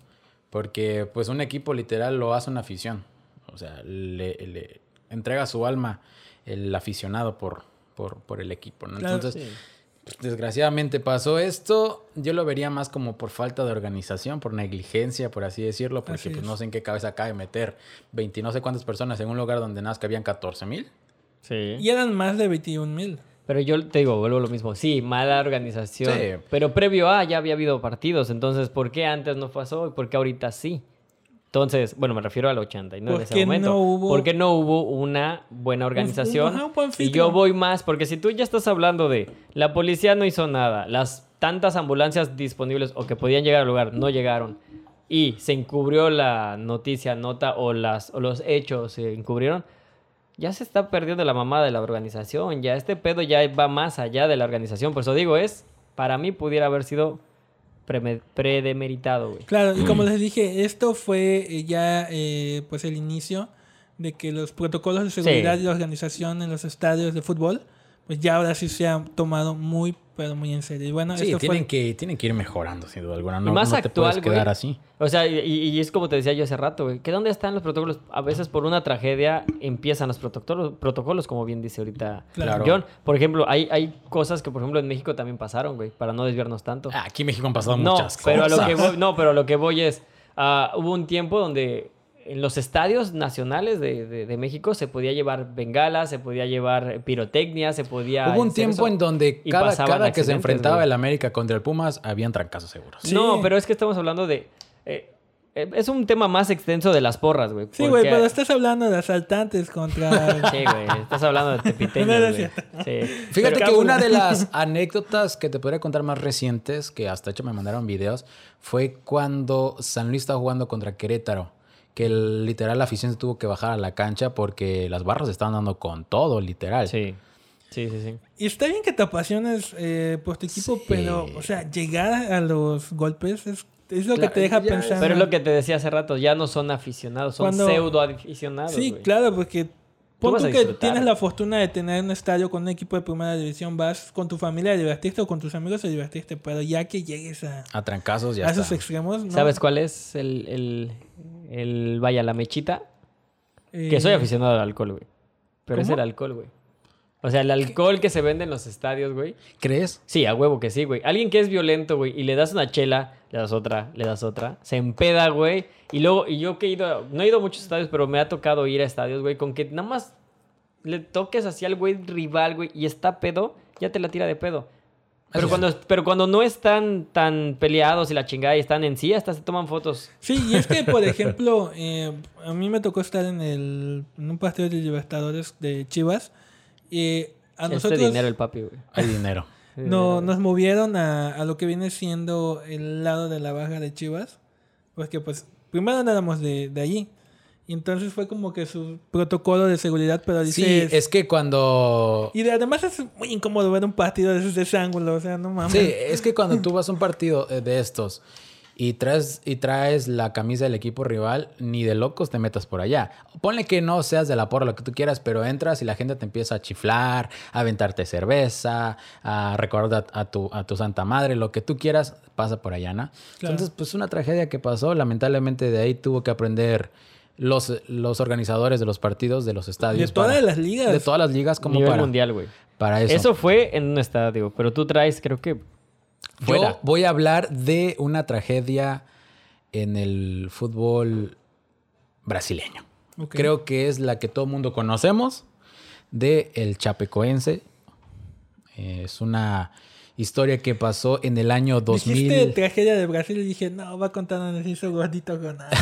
Porque pues un equipo literal lo hace una afición. O sea, le, le entrega su alma el aficionado por, por, por el equipo, ¿no? Claro, Entonces, Sí. pues, desgraciadamente pasó esto. Yo lo vería más como por falta de organización, por negligencia, por así decirlo. Porque Así pues es. no sé en qué cabeza cabe meter veinte no sé cuántas personas en un lugar donde nada más que habían catorce mil. Sí. Y eran más de veintiún mil. Pero yo te digo, vuelvo a lo mismo. Sí, mala organización. Sí. Pero previo a ya había habido partidos. Entonces, ¿por qué antes no pasó y por qué ahorita sí? Entonces, bueno, me refiero al ochenta y nueve en ¿Por ese qué momento. no hubo- ¿Por qué no hubo una buena organización? ajá, un buen y filtro. yo voy más, porque si tú ya estás hablando de la policía no hizo nada, las tantas ambulancias disponibles o que podían llegar al lugar no llegaron y se encubrió la noticia, nota o, las, o los hechos se encubrieron, ya se está perdiendo la mamada de la organización. Ya este pedo ya va más allá de la organización. Por eso digo, es, para mí pudiera haber sido preme- predemeritado, güey. Claro, y como les dije, esto fue eh, ya eh, pues el inicio de que los protocolos de seguridad Sí. y la organización en los estadios de fútbol, pues ya ahora sí se han tomado muy, pero muy en serio. Y bueno, Sí, esto tienen, fue... que, tienen que ir mejorando, sin duda alguna. No, y más no te actual, puedes güey. quedar así. O sea, y, y es como te decía yo hace rato, güey. Que dónde están los protocolos. A veces por una tragedia empiezan los protocolos, protocolos como bien dice ahorita Claro. John. Por ejemplo, hay, hay cosas que, por ejemplo, en México también pasaron, güey. Para no desviarnos tanto. Ah, aquí en México han pasado no, muchas pero cosas. a lo que voy, no, pero a lo que voy es... ah, hubo un tiempo donde en los estadios nacionales de, de, de México se podía llevar bengalas, se podía llevar pirotecnia, se podía... Hubo un hacer tiempo eso. en donde y cada, pasaban cada que se accidentes, enfrentaba güey. el América contra el Pumas, habían trancazos seguros. Sí. No, pero es que estamos hablando de... eh, eh, es un tema más extenso de las porras, güey. Sí, güey, porque- pero estás hablando de asaltantes contra... Sí, güey. Estás hablando de No, tepiteños, no es güey. Sí. Fíjate Pero- que una de las anécdotas que te podría contar más recientes, que hasta hecho me mandaron videos, fue cuando San Luis estaba jugando contra Querétaro. Que el- literal la afición se tuvo que bajar a la cancha porque las barras estaban dando con todo, literal. Sí. Sí, sí, sí. Y está bien que te apasiones eh, por tu equipo, Sí. pero, o sea, llegar a los golpes es, es lo Cla- que te deja ya pensando. Pero es lo que te decía hace rato, ya no son aficionados, son Cuando- pseudo aficionados. Sí, güey. claro, porque pon vas tú a que disfrutar, tienes güey. la fortuna de tener un estadio con un equipo de primera división, vas con tu familia a divertirte o con tus amigos a divertirte, pero ya que llegues a, A trancazos ya a esos está. extremos, ¿no? ¿Sabes cuál es el, el, el vaya, la mechita? Eh, Que soy aficionado al alcohol, güey. Pero es ¿Cómo? el alcohol, güey. O sea, el alcohol que se vende en los estadios, güey. ¿Crees? Sí, a huevo que sí, güey. Alguien que es violento, güey, y le das una chela, le das otra, le das otra, se empeda, güey. Y luego, y yo que he ido, no he ido a muchos estadios, pero me ha tocado ir a estadios, güey, con que nada más le toques así al güey rival, güey, y está pedo, ya te la tira de pedo. Pero Eso cuando, pero cuando no están tan peleados y la chingada y están en sí, hasta se toman fotos. Sí, y es que, por ejemplo, eh, a mí me tocó estar en, el, en un partido de Libertadores de Chivas. Y a Este nosotros dinero el papi, güey. Hay dinero. no, nos movieron a, a lo que viene siendo el lado de la baja de Chivas. Porque, pues, primero no éramos de, de allí. Y entonces fue como que su protocolo de seguridad, pero Sí, dices... es que cuando... Y de- además es muy incómodo ver un partido desde ese ángulo, o sea, no mames. Sí, es que cuando tú vas a un partido eh, de estos y traes, y traes la camisa del equipo rival, ni de locos te metas por allá. Ponle que no seas de la porra, lo que tú quieras, pero entras y la gente te empieza a chiflar, a aventarte cerveza, a recordar a tu, a tu santa madre, lo que tú quieras, pasa por allá, ¿no? Claro. Entonces, pues una tragedia que pasó. Lamentablemente de ahí tuvo que aprender los, los organizadores de los partidos, de los estadios. De todas para- las ligas. De todas las ligas como Nivel para, mundial, güey. para eso. Eso. fue en un estadio, pero tú traes, creo que fuera. Yo voy a hablar de una tragedia en el fútbol brasileño. Ok. Creo que es la que todo el mundo conocemos, de el Chapecoense. Eh, es una historia que pasó en el año dos mil. Dijiste tragedia de Brasil y dije, no, va a contar donde se hizo gordito Ronaldo.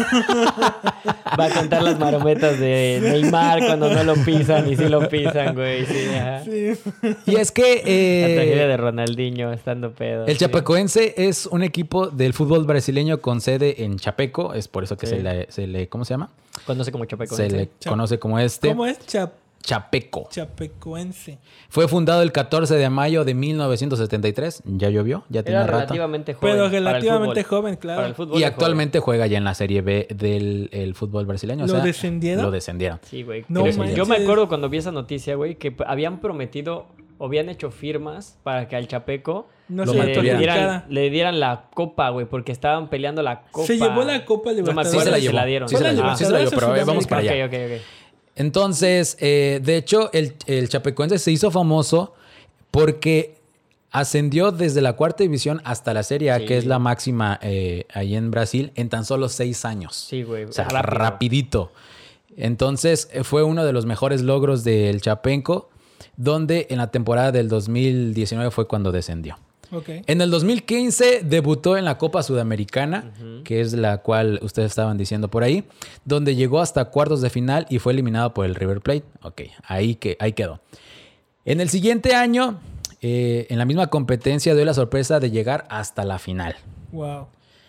Va a contar las marometas de Neymar cuando no lo pisan y sí lo pisan, güey. Sí, ajá. Sí. Y es que eh, La tragedia de Ronaldinho estando pedo. el sí. Chapecoense es un equipo del fútbol brasileño con sede en Chapeco. Es por eso que Sí. se, le, se le... ¿Cómo se llama? Conoce como Chapeco. Se le Cha- conoce como este. ¿Cómo es? Chap Chapeco. Chapecoense. Fue fundado el catorce de mayo de mil novecientos setenta y tres. Ya llovió, ya tiene Era rato. relativamente joven. Pero para el relativamente fútbol. joven, claro. Para el fútbol Y de actualmente juega ya en la Serie B del el fútbol brasileño. o ¿Lo sea, descendieron? Lo descendieron. joven. Sí, güey. No Creo- manches. Yo me acuerdo cuando vi esa noticia, güey, que p- habían prometido o habían hecho firmas para que al Chapeco No Lo se le, mantuvieran. dieran, dieran. le dieran la copa, güey, porque estaban peleando la copa. Se llevó la Copa No me Libertadores. acuerdo Sí se la si llevó. la dieron. Sí se la ¿Fue la llevó, sí se la llevó, pero Libertadores o vamos para Sudamericana? allá. Ok, ok, ok. Entonces, eh, de hecho, el, el Chapecoense se hizo famoso porque ascendió desde la cuarta división hasta la Serie A, Sí. que es la máxima eh, ahí en Brasil, en tan solo seis años. Sí, güey. O sea, rápido. rapidito. Entonces, eh, fue uno de los mejores logros del Chapenco, donde en la temporada del dos mil diecinueve fue cuando descendió. Ok. En el dos mil quince debutó en la Copa Sudamericana, que es la cual ustedes estaban diciendo por ahí, donde llegó hasta cuartos de final y fue eliminado por el River Plate. Ok, ahí, que, ahí quedó. En el siguiente año, eh, en la misma competencia, dio la sorpresa de llegar hasta la final. Wow.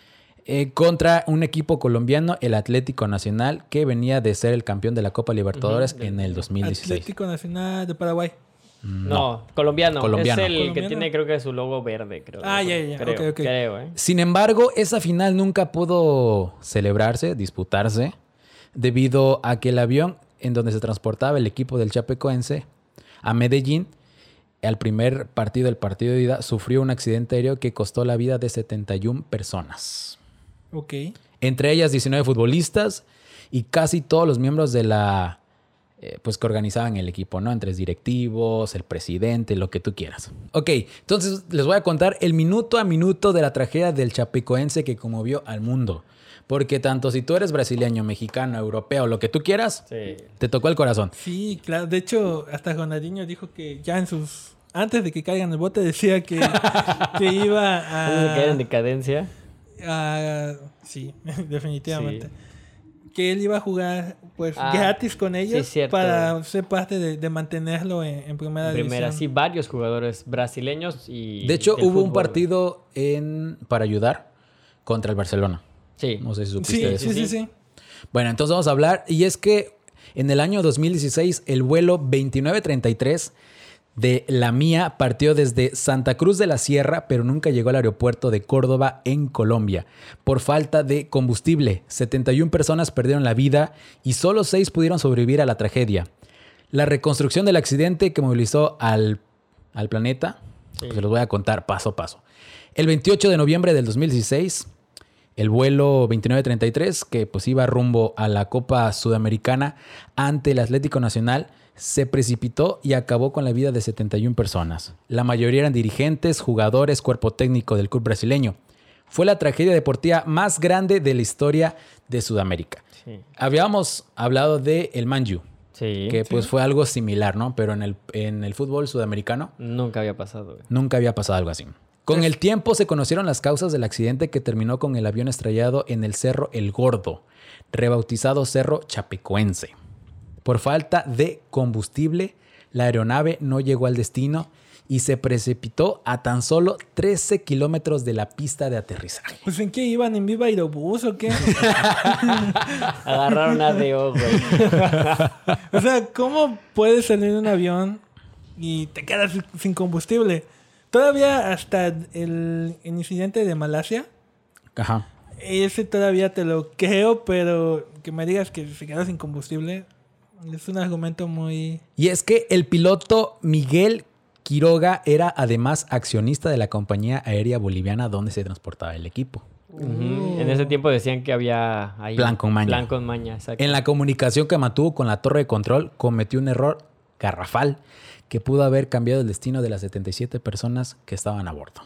Eh, contra un equipo colombiano, el Atlético Nacional, que venía de ser el campeón de la Copa Libertadores Ujú. en el dos mil dieciséis. Atlético Nacional de Paraguay. No, colombiano. Colombiano. Es el Colombiano. que tiene, creo que su logo verde, creo. Ah, ya, ya, ya. Creo, Ok, ok. creo, ¿eh? Sin embargo, esa final nunca pudo celebrarse, disputarse, debido a que el avión en donde se transportaba el equipo del Chapecoense a Medellín, al primer partido del partido de ida, sufrió un accidente aéreo que costó la vida de setenta y una personas. Ok. Entre ellas diecinueve futbolistas y casi todos los miembros de la... eh, pues que organizaban el equipo, ¿no? Entre directivos, el presidente, lo que tú quieras. Ok, entonces les voy a contar el minuto a minuto de la tragedia del Chapecoense que conmovió al mundo. Porque tanto si tú eres brasileño, mexicano, europeo, lo que tú quieras, Sí. te tocó el corazón. Sí, claro. De hecho, hasta Ronaldinho dijo que ya en sus... Antes de que caigan el bote decía que, que iba Antes de caer en a... decadencia. a- sí, definitivamente. Sí. Que él iba a jugar pues Ah, gratis con ellos sí, cierto. para ser parte de, de mantenerlo en, en primera, Primera, sí, división. varios jugadores brasileños y. De hecho, del hubo un fútbol. partido en, para ayudar contra el Barcelona. Sí. No sé si supiste Sí, de sí, eso. sí, sí. Bueno, entonces vamos a hablar. Y es que en el año dos mil dieciséis, el vuelo veintinueve treinta y tres de la mía partió desde Santa Cruz de la Sierra, pero nunca llegó al aeropuerto de Córdoba, en Colombia, por falta de combustible. setenta y una personas perdieron la vida y solo seis pudieron sobrevivir a la tragedia. La reconstrucción del accidente que movilizó al, al planeta, Sí. pues se los voy a contar paso a paso. El veintiocho de noviembre del dos mil dieciséis, el vuelo veintinueve treinta y tres, que pues iba rumbo a la Copa Sudamericana ante el Atlético Nacional, se precipitó y acabó con la vida de setenta y una personas. La mayoría eran dirigentes, jugadores, cuerpo técnico del club brasileño. Fue la tragedia deportiva más grande de la historia de Sudamérica. Sí. Habíamos hablado de el Manju, Sí. que pues fue algo similar, ¿no? Pero en el, en el fútbol sudamericano Nunca había pasado, güey. nunca había pasado algo así. Con el tiempo se conocieron las causas del accidente que terminó con el avión estrellado en el Cerro El Gordo, rebautizado Cerro Chapecoense. Por falta de combustible, la aeronave no llegó al destino y se precipitó a tan solo trece kilómetros de la pista de aterrizaje. Pues ¿en qué iban? ¿En Viva Aerobús o qué? Agarraron A D O, güey. O sea, ¿cómo puedes salir de un avión y te quedas sin combustible? Todavía hasta el, el incidente de Malasia, Ajá. Ese todavía te lo creo, pero que me digas que se quedó sin combustible es un argumento muy... Y es que el piloto Miguel Quiroga era además accionista de la compañía aérea boliviana donde se transportaba el equipo. Uh-huh. En ese tiempo decían que había ahí Plan con maña. Plan con maña, exacto. En la comunicación que mantuvo con la torre de control, cometió un error garrafal que pudo haber cambiado el destino de las setenta y siete personas que estaban a bordo.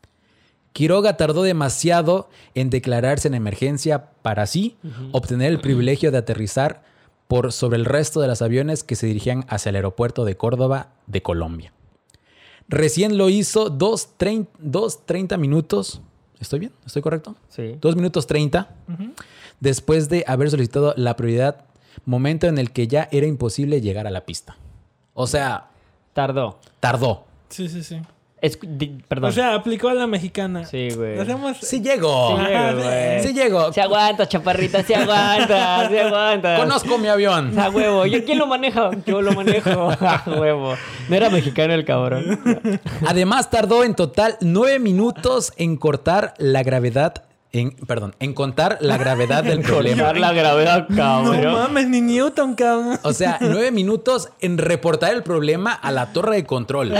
Quiroga tardó demasiado en declararse en emergencia para así uh-huh. obtener el privilegio de aterrizar por sobre el resto de los aviones que se dirigían hacia el aeropuerto de Córdoba de Colombia. Recién lo hizo dos, treinta minutos. ¿Estoy bien? ¿Estoy correcto? Sí. dos minutos treinta. Uh-huh. Después de haber solicitado la prioridad, momento en el que ya era imposible llegar a la pista. O sea... Tardó. Tardó. Sí, sí, sí. Es, di, perdón. O sea, aplicó a la mexicana. Sí, güey. Hacemos... Sí llego. Sí llego, güey. Sí llego. Se aguanta, chaparrita, se aguanta, se aguanta. Conozco mi avión. A huevo. ¿Y quién lo maneja? Yo lo manejo. A huevo. No era mexicano el cabrón. Además, tardó en total nueve minutos en cortar la gravedad... En, perdón, en contar la gravedad del problema. Contar la gravedad, cabrón. No mames, ni Newton, cabrón. O sea, nueve minutos en reportar el problema a la torre de control.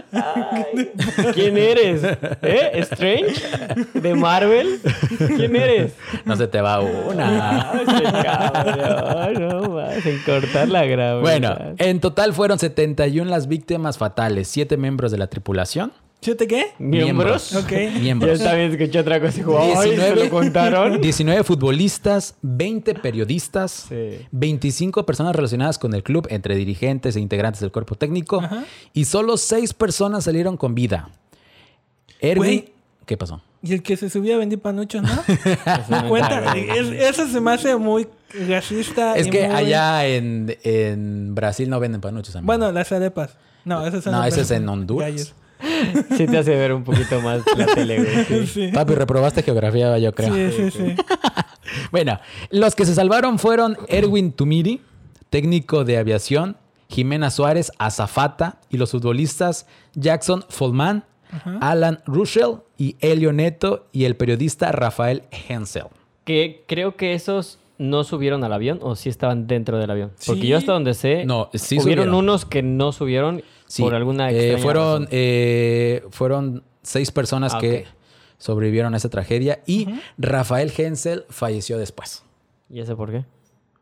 Ay, ¿quién eres? ¿Eh? ¿Strange? ¿De Marvel? ¿Quién eres? No se te va una. Ay, cabrón, no más, en cortar la gravedad. Bueno, en total fueron setenta y una las víctimas fatales, siete miembros de la tripulación. ¿Siete qué? ¿Miembros? Ok. Miembros. Yo también escuché otra cosa y dijo, ay, ¿se lo contaron? diecinueve futbolistas, veinte periodistas, Sí. veinticinco personas relacionadas con el club, entre dirigentes e integrantes del cuerpo técnico, Ajá. y solo seis personas salieron con vida. Erwin... Güey. ¿Qué pasó? Y el que se subía a vender panuchos, ¿no? Eso Cuenta, es- eso se me hace muy racista. Es y que muy- allá en, en Brasil no venden panuchos, amigo. Bueno, las arepas. No, esas son No, las ese es en gallos. Honduras. Sí te hace ver un poquito más la tele, güey. Sí. Sí. Papi, reprobaste geografía, yo creo. Sí, sí, sí. Bueno, los que se salvaron fueron Erwin Tumiri, técnico de aviación, Jimena Suárez, azafata, y los futbolistas Jackson Follman, Ajá. Alan Russell y Elio Neto, y el periodista Rafael Hensel. Que creo que esos no subieron al avión o sí estaban dentro del avión. Porque Sí. yo hasta donde sé, No, sí hubieron subieron. unos que no subieron Sí, por alguna eh, extraña fueron, razón. eh, fueron seis personas Ah, que ok. sobrevivieron a esa tragedia y Rafael Hensel falleció después. ¿Y ese por qué?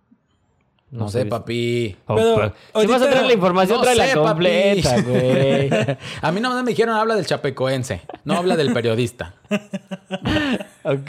No, sé, sé. papi. Oh, Pero pero- si ahorita- vas a traer la información, No trae sé, la completa, papi. güey. A mí no me dijeron habla del chapecoense, no habla del periodista. Ok.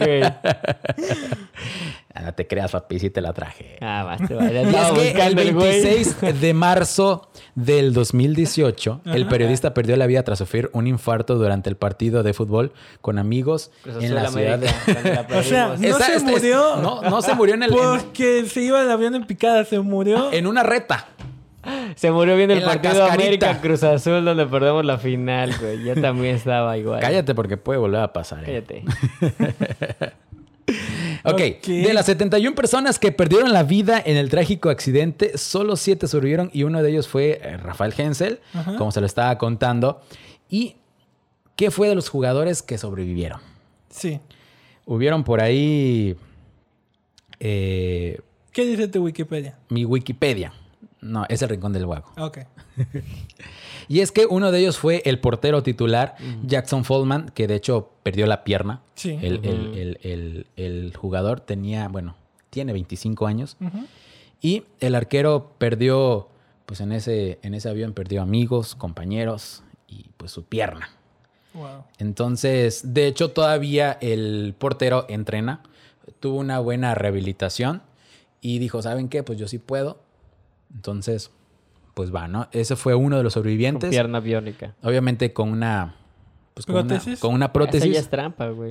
Ah, no te creas, papi, sí te la traje. Ah, más te vale. Y es Estaba que el buscando el güey. veintiséis de marzo del dos mil dieciocho, el periodista perdió la vida tras sufrir un infarto durante el partido de fútbol con amigos Cruz en Azul la ciudad de... América, cuando la O sea, perdimos. no Esta- se esta- murió. No, no se murió en el... en- Porque se iba el avión en picada, se murió. en una reta. Se murió bien el en la partido cascarita. América Cruz Azul donde perdemos la final, güey. Yo también estaba igual. Cállate porque puede volver a pasar. ¿eh? Cállate. Ok, Ok. de las setenta y una personas que perdieron la vida en el trágico accidente, solo siete sobrevivieron y uno de ellos fue eh, Rafael Hensel, Ajá. como se lo estaba contando. ¿Y qué fue de los jugadores que sobrevivieron? Sí. Hubieron por ahí eh, ¿Qué dice tu Wikipedia? mi Wikipedia. No, es el Rincón del Vago. Ok. Y es que uno de ellos fue el portero titular, Jackson Follman, que de hecho perdió la pierna. Sí. El, Ujú. el- el- el- el jugador tenía, bueno, tiene veinticinco años. Ujú. Y el arquero perdió, pues en ese, en ese avión perdió amigos, compañeros y pues su pierna. Wow. Entonces, de hecho, todavía el portero entrena, tuvo una buena rehabilitación y dijo, ¿saben qué? Pues yo sí puedo. Entonces, pues va, ¿no? Ese fue uno de los Con sobrevivientes. pierna biónica. Obviamente con una... Pues con una, ¿Prótesis? con una Esa prótesis. ya es trampa, güey.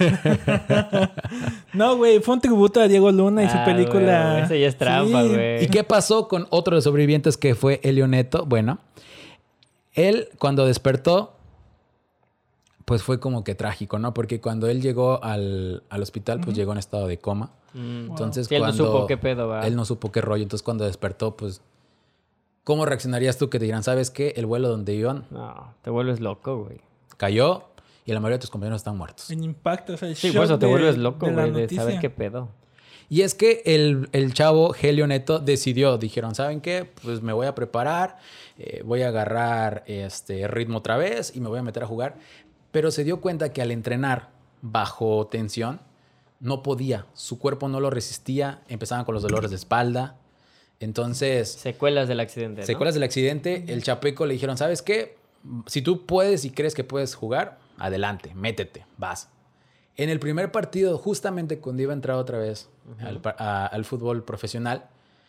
No, güey, fue un tributo a Diego Luna y su Ah, película. güey, esa ya es trampa, Sí. güey. ¿Y qué pasó con otro de los sobrevivientes que fue Elio Neto? Bueno, él cuando despertó, pues fue como que trágico, ¿no? Porque cuando él llegó al, al hospital, pues llegó en estado de coma. Mm. Entonces, Sí, él no cuando supo qué pedo, va. Él no supo qué rollo. Entonces, cuando despertó, pues, ¿cómo reaccionarías tú que te dirán, sabes qué? El vuelo donde iban No, te vuelves loco, güey. cayó y la mayoría de tus compañeros están muertos. En impacto, o sea, el Sí, shock por eso te de- vuelves loco, de la güey, de noticia. saber qué pedo. Y es que el, el chavo Helio Neto decidió, dijeron, ¿saben qué? Pues me voy a preparar, eh, voy a agarrar este ritmo otra vez y me voy a meter a jugar. Pero se dio cuenta que al entrenar bajo tensión, no podía, su cuerpo no lo resistía, empezaban con los dolores de espalda. Entonces, Secuelas del accidente, ¿no? secuelas del accidente, el Chapeco le dijeron, ¿sabes qué? Si tú puedes y crees que puedes jugar, adelante, métete, vas. En el primer partido, justamente cuando iba a entrar otra vez uh-huh. al, a, al fútbol profesional,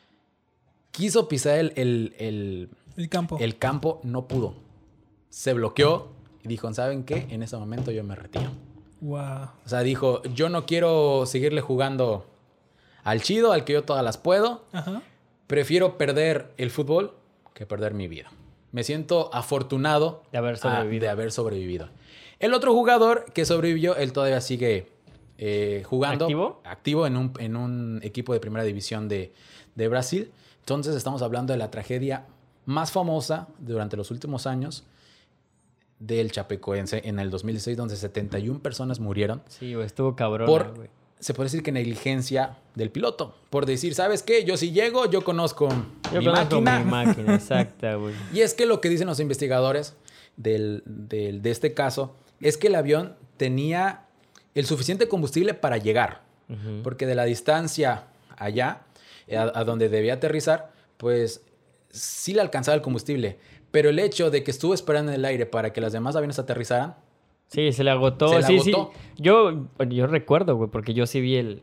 quiso pisar el, el, el, el campo. El campo, no pudo. Se bloqueó y dijo, ¿saben qué? En ese momento yo me retiro. Wow. O sea, dijo, yo no quiero seguirle jugando al chido, al que yo todas las puedo. Ajá. Prefiero perder el fútbol que perder mi vida. Me siento afortunado de haber sobrevivido. A, de haber sobrevivido. El otro jugador que sobrevivió, él todavía sigue eh, jugando. ¿Activo? Activo en un, en un equipo de primera división de, de Brasil. Entonces estamos hablando de la tragedia más famosa durante los últimos años del Chapecoense en el dos mil dieciséis, donde setenta y una personas murieron. Sí, güey, estuvo cabrón. Por, güey. Se puede decir que negligencia del piloto. Por decir, ¿sabes qué? Yo si llego, yo conozco yo mi conozco máquina. mi máquina, exacta, güey. Y es que lo que dicen los investigadores del, del, de este caso es que el avión tenía el suficiente combustible para llegar. Uh-huh. Porque de la distancia allá, a, a donde debía aterrizar, pues sí le alcanzaba el combustible. Pero el hecho de que estuvo esperando en el aire para que los demás aviones aterrizaran. Sí, se le agotó. Se le sí, agotó. sí. Yo, yo recuerdo, güey, porque yo sí vi el,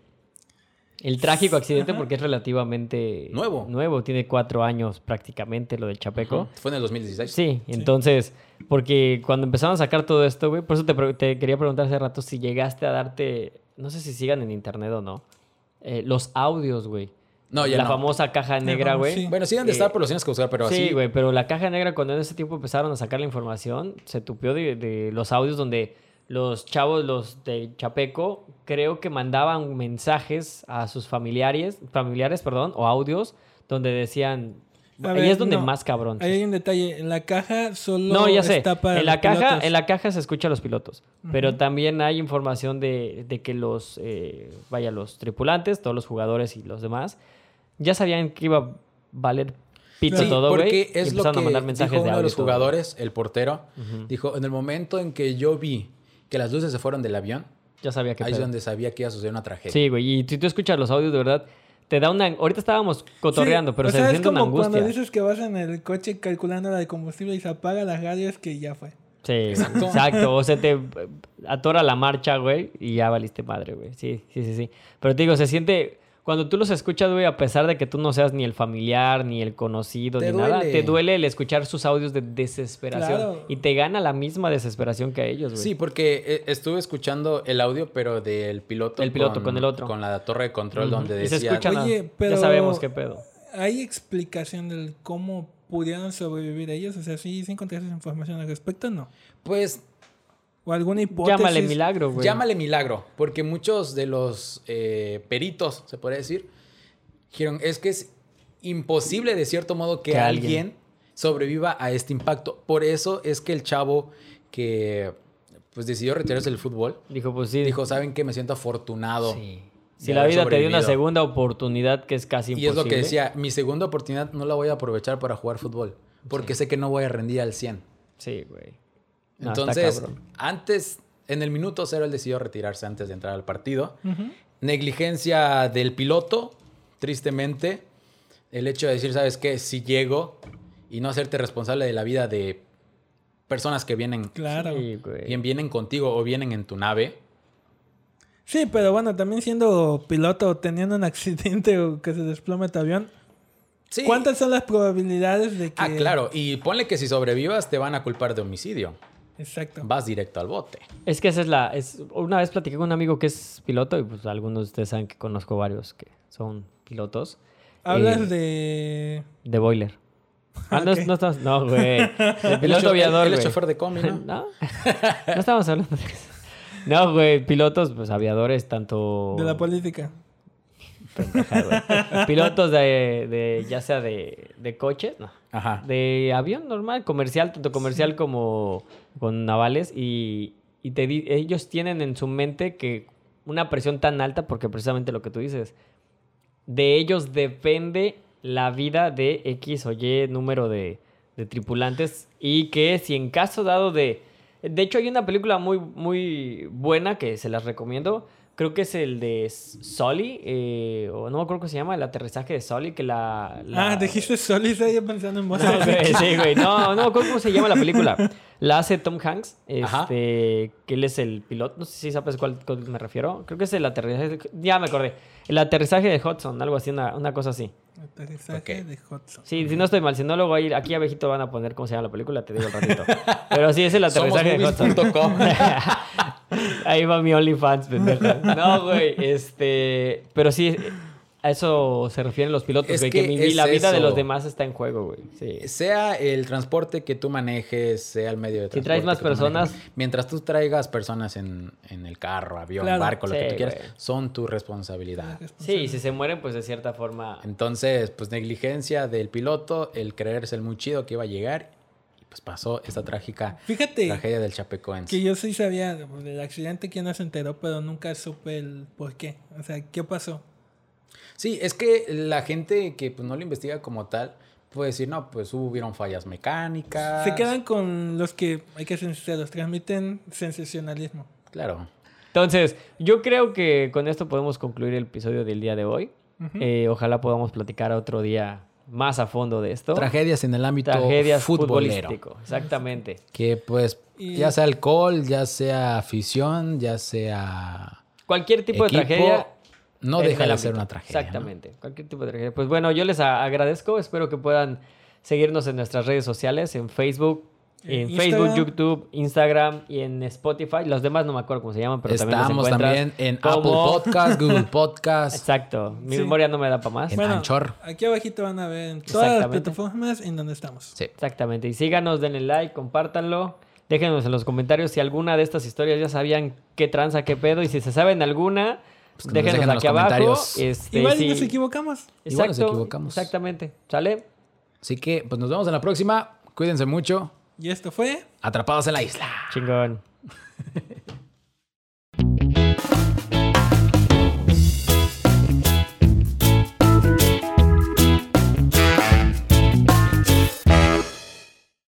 el trágico accidente. Ajá. Porque es relativamente nuevo. Nuevo, tiene cuatro años prácticamente lo del Chapeco. Ajá. Fue en el dos mil dieciséis. Sí, sí, entonces, porque cuando empezaron a sacar todo esto, güey, por eso te, te quería preguntar hace rato si llegaste a darte, no sé si sigan en internet o no, eh, los audios, güey. No, ya la no. famosa caja negra, güey. Sí. Bueno, sí han de estar, eh, pero los tienes que buscar, pero sí, así. Sí, güey, pero la caja negra, cuando en ese tiempo empezaron a sacar la información, se tupió de, de los audios donde los chavos, los de Chapeco, creo que mandaban mensajes a sus familiares, familiares, perdón, o audios, donde decían... A ahí ver, es donde no, más cabrón. Ahí hay un detalle. En la caja solo no, ya sé. está para en la los caja, pilotos. En la caja se escucha a los pilotos. Uh-huh. Pero también hay información de, de que los, eh, vaya, los tripulantes, todos los jugadores y los demás, ya sabían que iba a valer pito sí, todo, güey. Porque es lo que a mandar mensajes dijo uno de, de los todo, jugadores, el portero, uh-huh. dijo, en el momento en que yo vi que las luces se fueron del avión, ya sabía que ahí es pedo. donde sabía que iba a suceder una tragedia. Sí, güey. Y si tú escuchas los audios, de verdad, te da una... Ahorita estábamos cotorreando, sí, pero o se sea, siente es como una angustia. cuando dices que vas en el coche calculando la de combustible y se apaga las radios, que ya fue. Sí, exacto. exacto. O se te atora la marcha, güey, y ya valiste madre, güey. Sí, sí, sí, sí. Pero te digo, se siente... Cuando tú los escuchas, güey, a pesar de que tú no seas ni el familiar, ni el conocido, te ni duele. nada, te duele el escuchar sus audios de desesperación. Claro. Y te gana la misma desesperación que a ellos, güey. Sí, porque estuve escuchando el audio, pero del piloto. El piloto con, con el otro. Con la torre de control, uh-huh. donde y decía... se escuchan, Oye, pero ya sabemos qué pedo. ¿Hay explicación del cómo pudieron sobrevivir ellos? O sea, ¿sí, sí encontraste esa información al respecto o no? Pues... ¿O alguna hipótesis? Llámale milagro, güey. Llámale milagro, porque muchos de los eh, peritos, se puede decir, dijeron, es que es imposible de cierto modo que, que alguien, alguien sobreviva a este impacto. Por eso es que el chavo que pues decidió retirarse del fútbol, dijo, pues sí. Dijo, ¿saben qué? Me siento afortunado. Sí. Si la vida te dio una segunda oportunidad que es casi imposible. Y es lo que decía, mi segunda oportunidad no la voy a aprovechar para jugar fútbol, porque sí. sé que no voy a rendir al cien. Sí, güey. No, entonces, antes, en el minuto cero, él decidió retirarse antes de entrar al partido. Uh-huh. Negligencia del piloto, tristemente. El hecho de decir, ¿sabes qué? Si llego y no hacerte responsable de la vida de personas que vienen, claro. sí, bien, vienen contigo o vienen en tu nave. Sí, pero bueno, también siendo piloto, teniendo un accidente o que se desplome tu avión, sí. ¿Cuántas son las probabilidades de que...? Ah, claro. Y ponle que si sobrevivas te van a culpar de homicidio. Exacto. Vas directo al bote. Es que esa es la... Es, una vez platiqué con un amigo que es piloto y pues algunos de ustedes saben que conozco varios que son pilotos. ¿Hablas eh, de...? De boiler. Ah, no, okay. no estamos... No, güey. El piloto el aviador, Él es chofer de combi, ¿no? ¿No? No estamos hablando de eso. No, güey. Pilotos, pues aviadores, tanto... De la política. Pendeja, güey. Pilotos de, de... Ya sea de, de coche, no. Ajá. De avión normal, comercial, tanto comercial sí. como con navales. Y y te di- ellos tienen en su mente que una presión tan alta, porque precisamente lo que tú dices, de ellos depende la vida de X o Y número de, de tripulantes y que si en caso dado de... De hecho, hay una película muy, muy buena que se las recomiendo. Creo que es el de Sully, eh, o no me acuerdo cómo se llama, el aterrizaje de Sully, que la... la... Ah, dijiste Sol y estaba yo pensando en vos. No, güey, sí, güey. No, no, ¿cómo se llama la película? La hace Tom Hanks, Ajá. este, que él es el piloto. No sé si sabes cuál, cuál me refiero. Creo que es el aterrizaje. Ya me acordé. El aterrizaje de Hudson, algo así, una, una cosa así. Aterrizaje Ok. de Hudson. Sí, si no estoy mal, si no luego ahí, aquí abejito van a poner cómo se llama la película, te digo el ratito. Pero sí, es el aterrizaje de Hudson. Somos movies punto com. Ahí va mi OnlyFans, pendeja. No, güey, este... Pero sí, a eso se refieren los pilotos, Es güey. Que, que mi- es la vida de eso. los demás está en juego, güey. Sí. Sea el transporte que tú manejes, sea el medio de transporte. Si traes más que tú personas- manejes, mientras tú traigas personas en, en el carro, avión, Claro. barco, lo Sí, que tú quieras, güey. son tu responsabilidad. Sí, y si se mueren, pues de cierta forma... Entonces, pues negligencia del piloto, el creerse el muy chido que iba a llegar, y pues pasó esta trágica Fíjate tragedia del Chapecoense. que yo sí sabía del accidente que no se enteró, pero nunca supe el por qué. O sea, ¿qué pasó? Sí, es que la gente que pues, no lo investiga como tal puede decir, no, pues hubieron fallas mecánicas. Se quedan con los que, hay que ser sinceros, transmiten sensacionalismo. Claro. Entonces, yo creo que con esto podemos concluir el episodio del día de hoy. Ujú. Eh, ojalá podamos platicar otro día más a fondo de esto. Tragedias en el ámbito Tragedias futbolero. futbolístico, exactamente. Que pues, Y- ya sea alcohol, ya sea afición, ya sea Cualquier tipo equipo, de tragedia... no en deja el de ser ámbito. una tragedia. ¿no? Exactamente, cualquier tipo de tragedia. Pues bueno, yo les a- agradezco, espero que puedan seguirnos en nuestras redes sociales, en Facebook, En en Instagram. Facebook, YouTube, Instagram y en Spotify. Los demás no me acuerdo cómo se llaman, pero también Estamos los encuentras también en como- Apple Podcast, Google Podcast, Exacto, mi Sí. memoria no me da para más. En Anchor. aquí abajito van a ver en todas las Exactamente. plataformas en donde estamos. Sí. Exactamente, y síganos, denle like, compártanlo. Déjenos en los comentarios si alguna de estas historias ya sabían qué tranza, qué pedo, y si se saben alguna, Pues que nos déjenos dejen en los aquí abajo. comentarios. Este, Igual si- nos equivocamos. Igual nos Exacto, equivocamos. Exactamente, ¿sale? Así que pues nos vemos en la próxima. Cuídense mucho. Y esto fue... Atrapados en la isla. Chingón.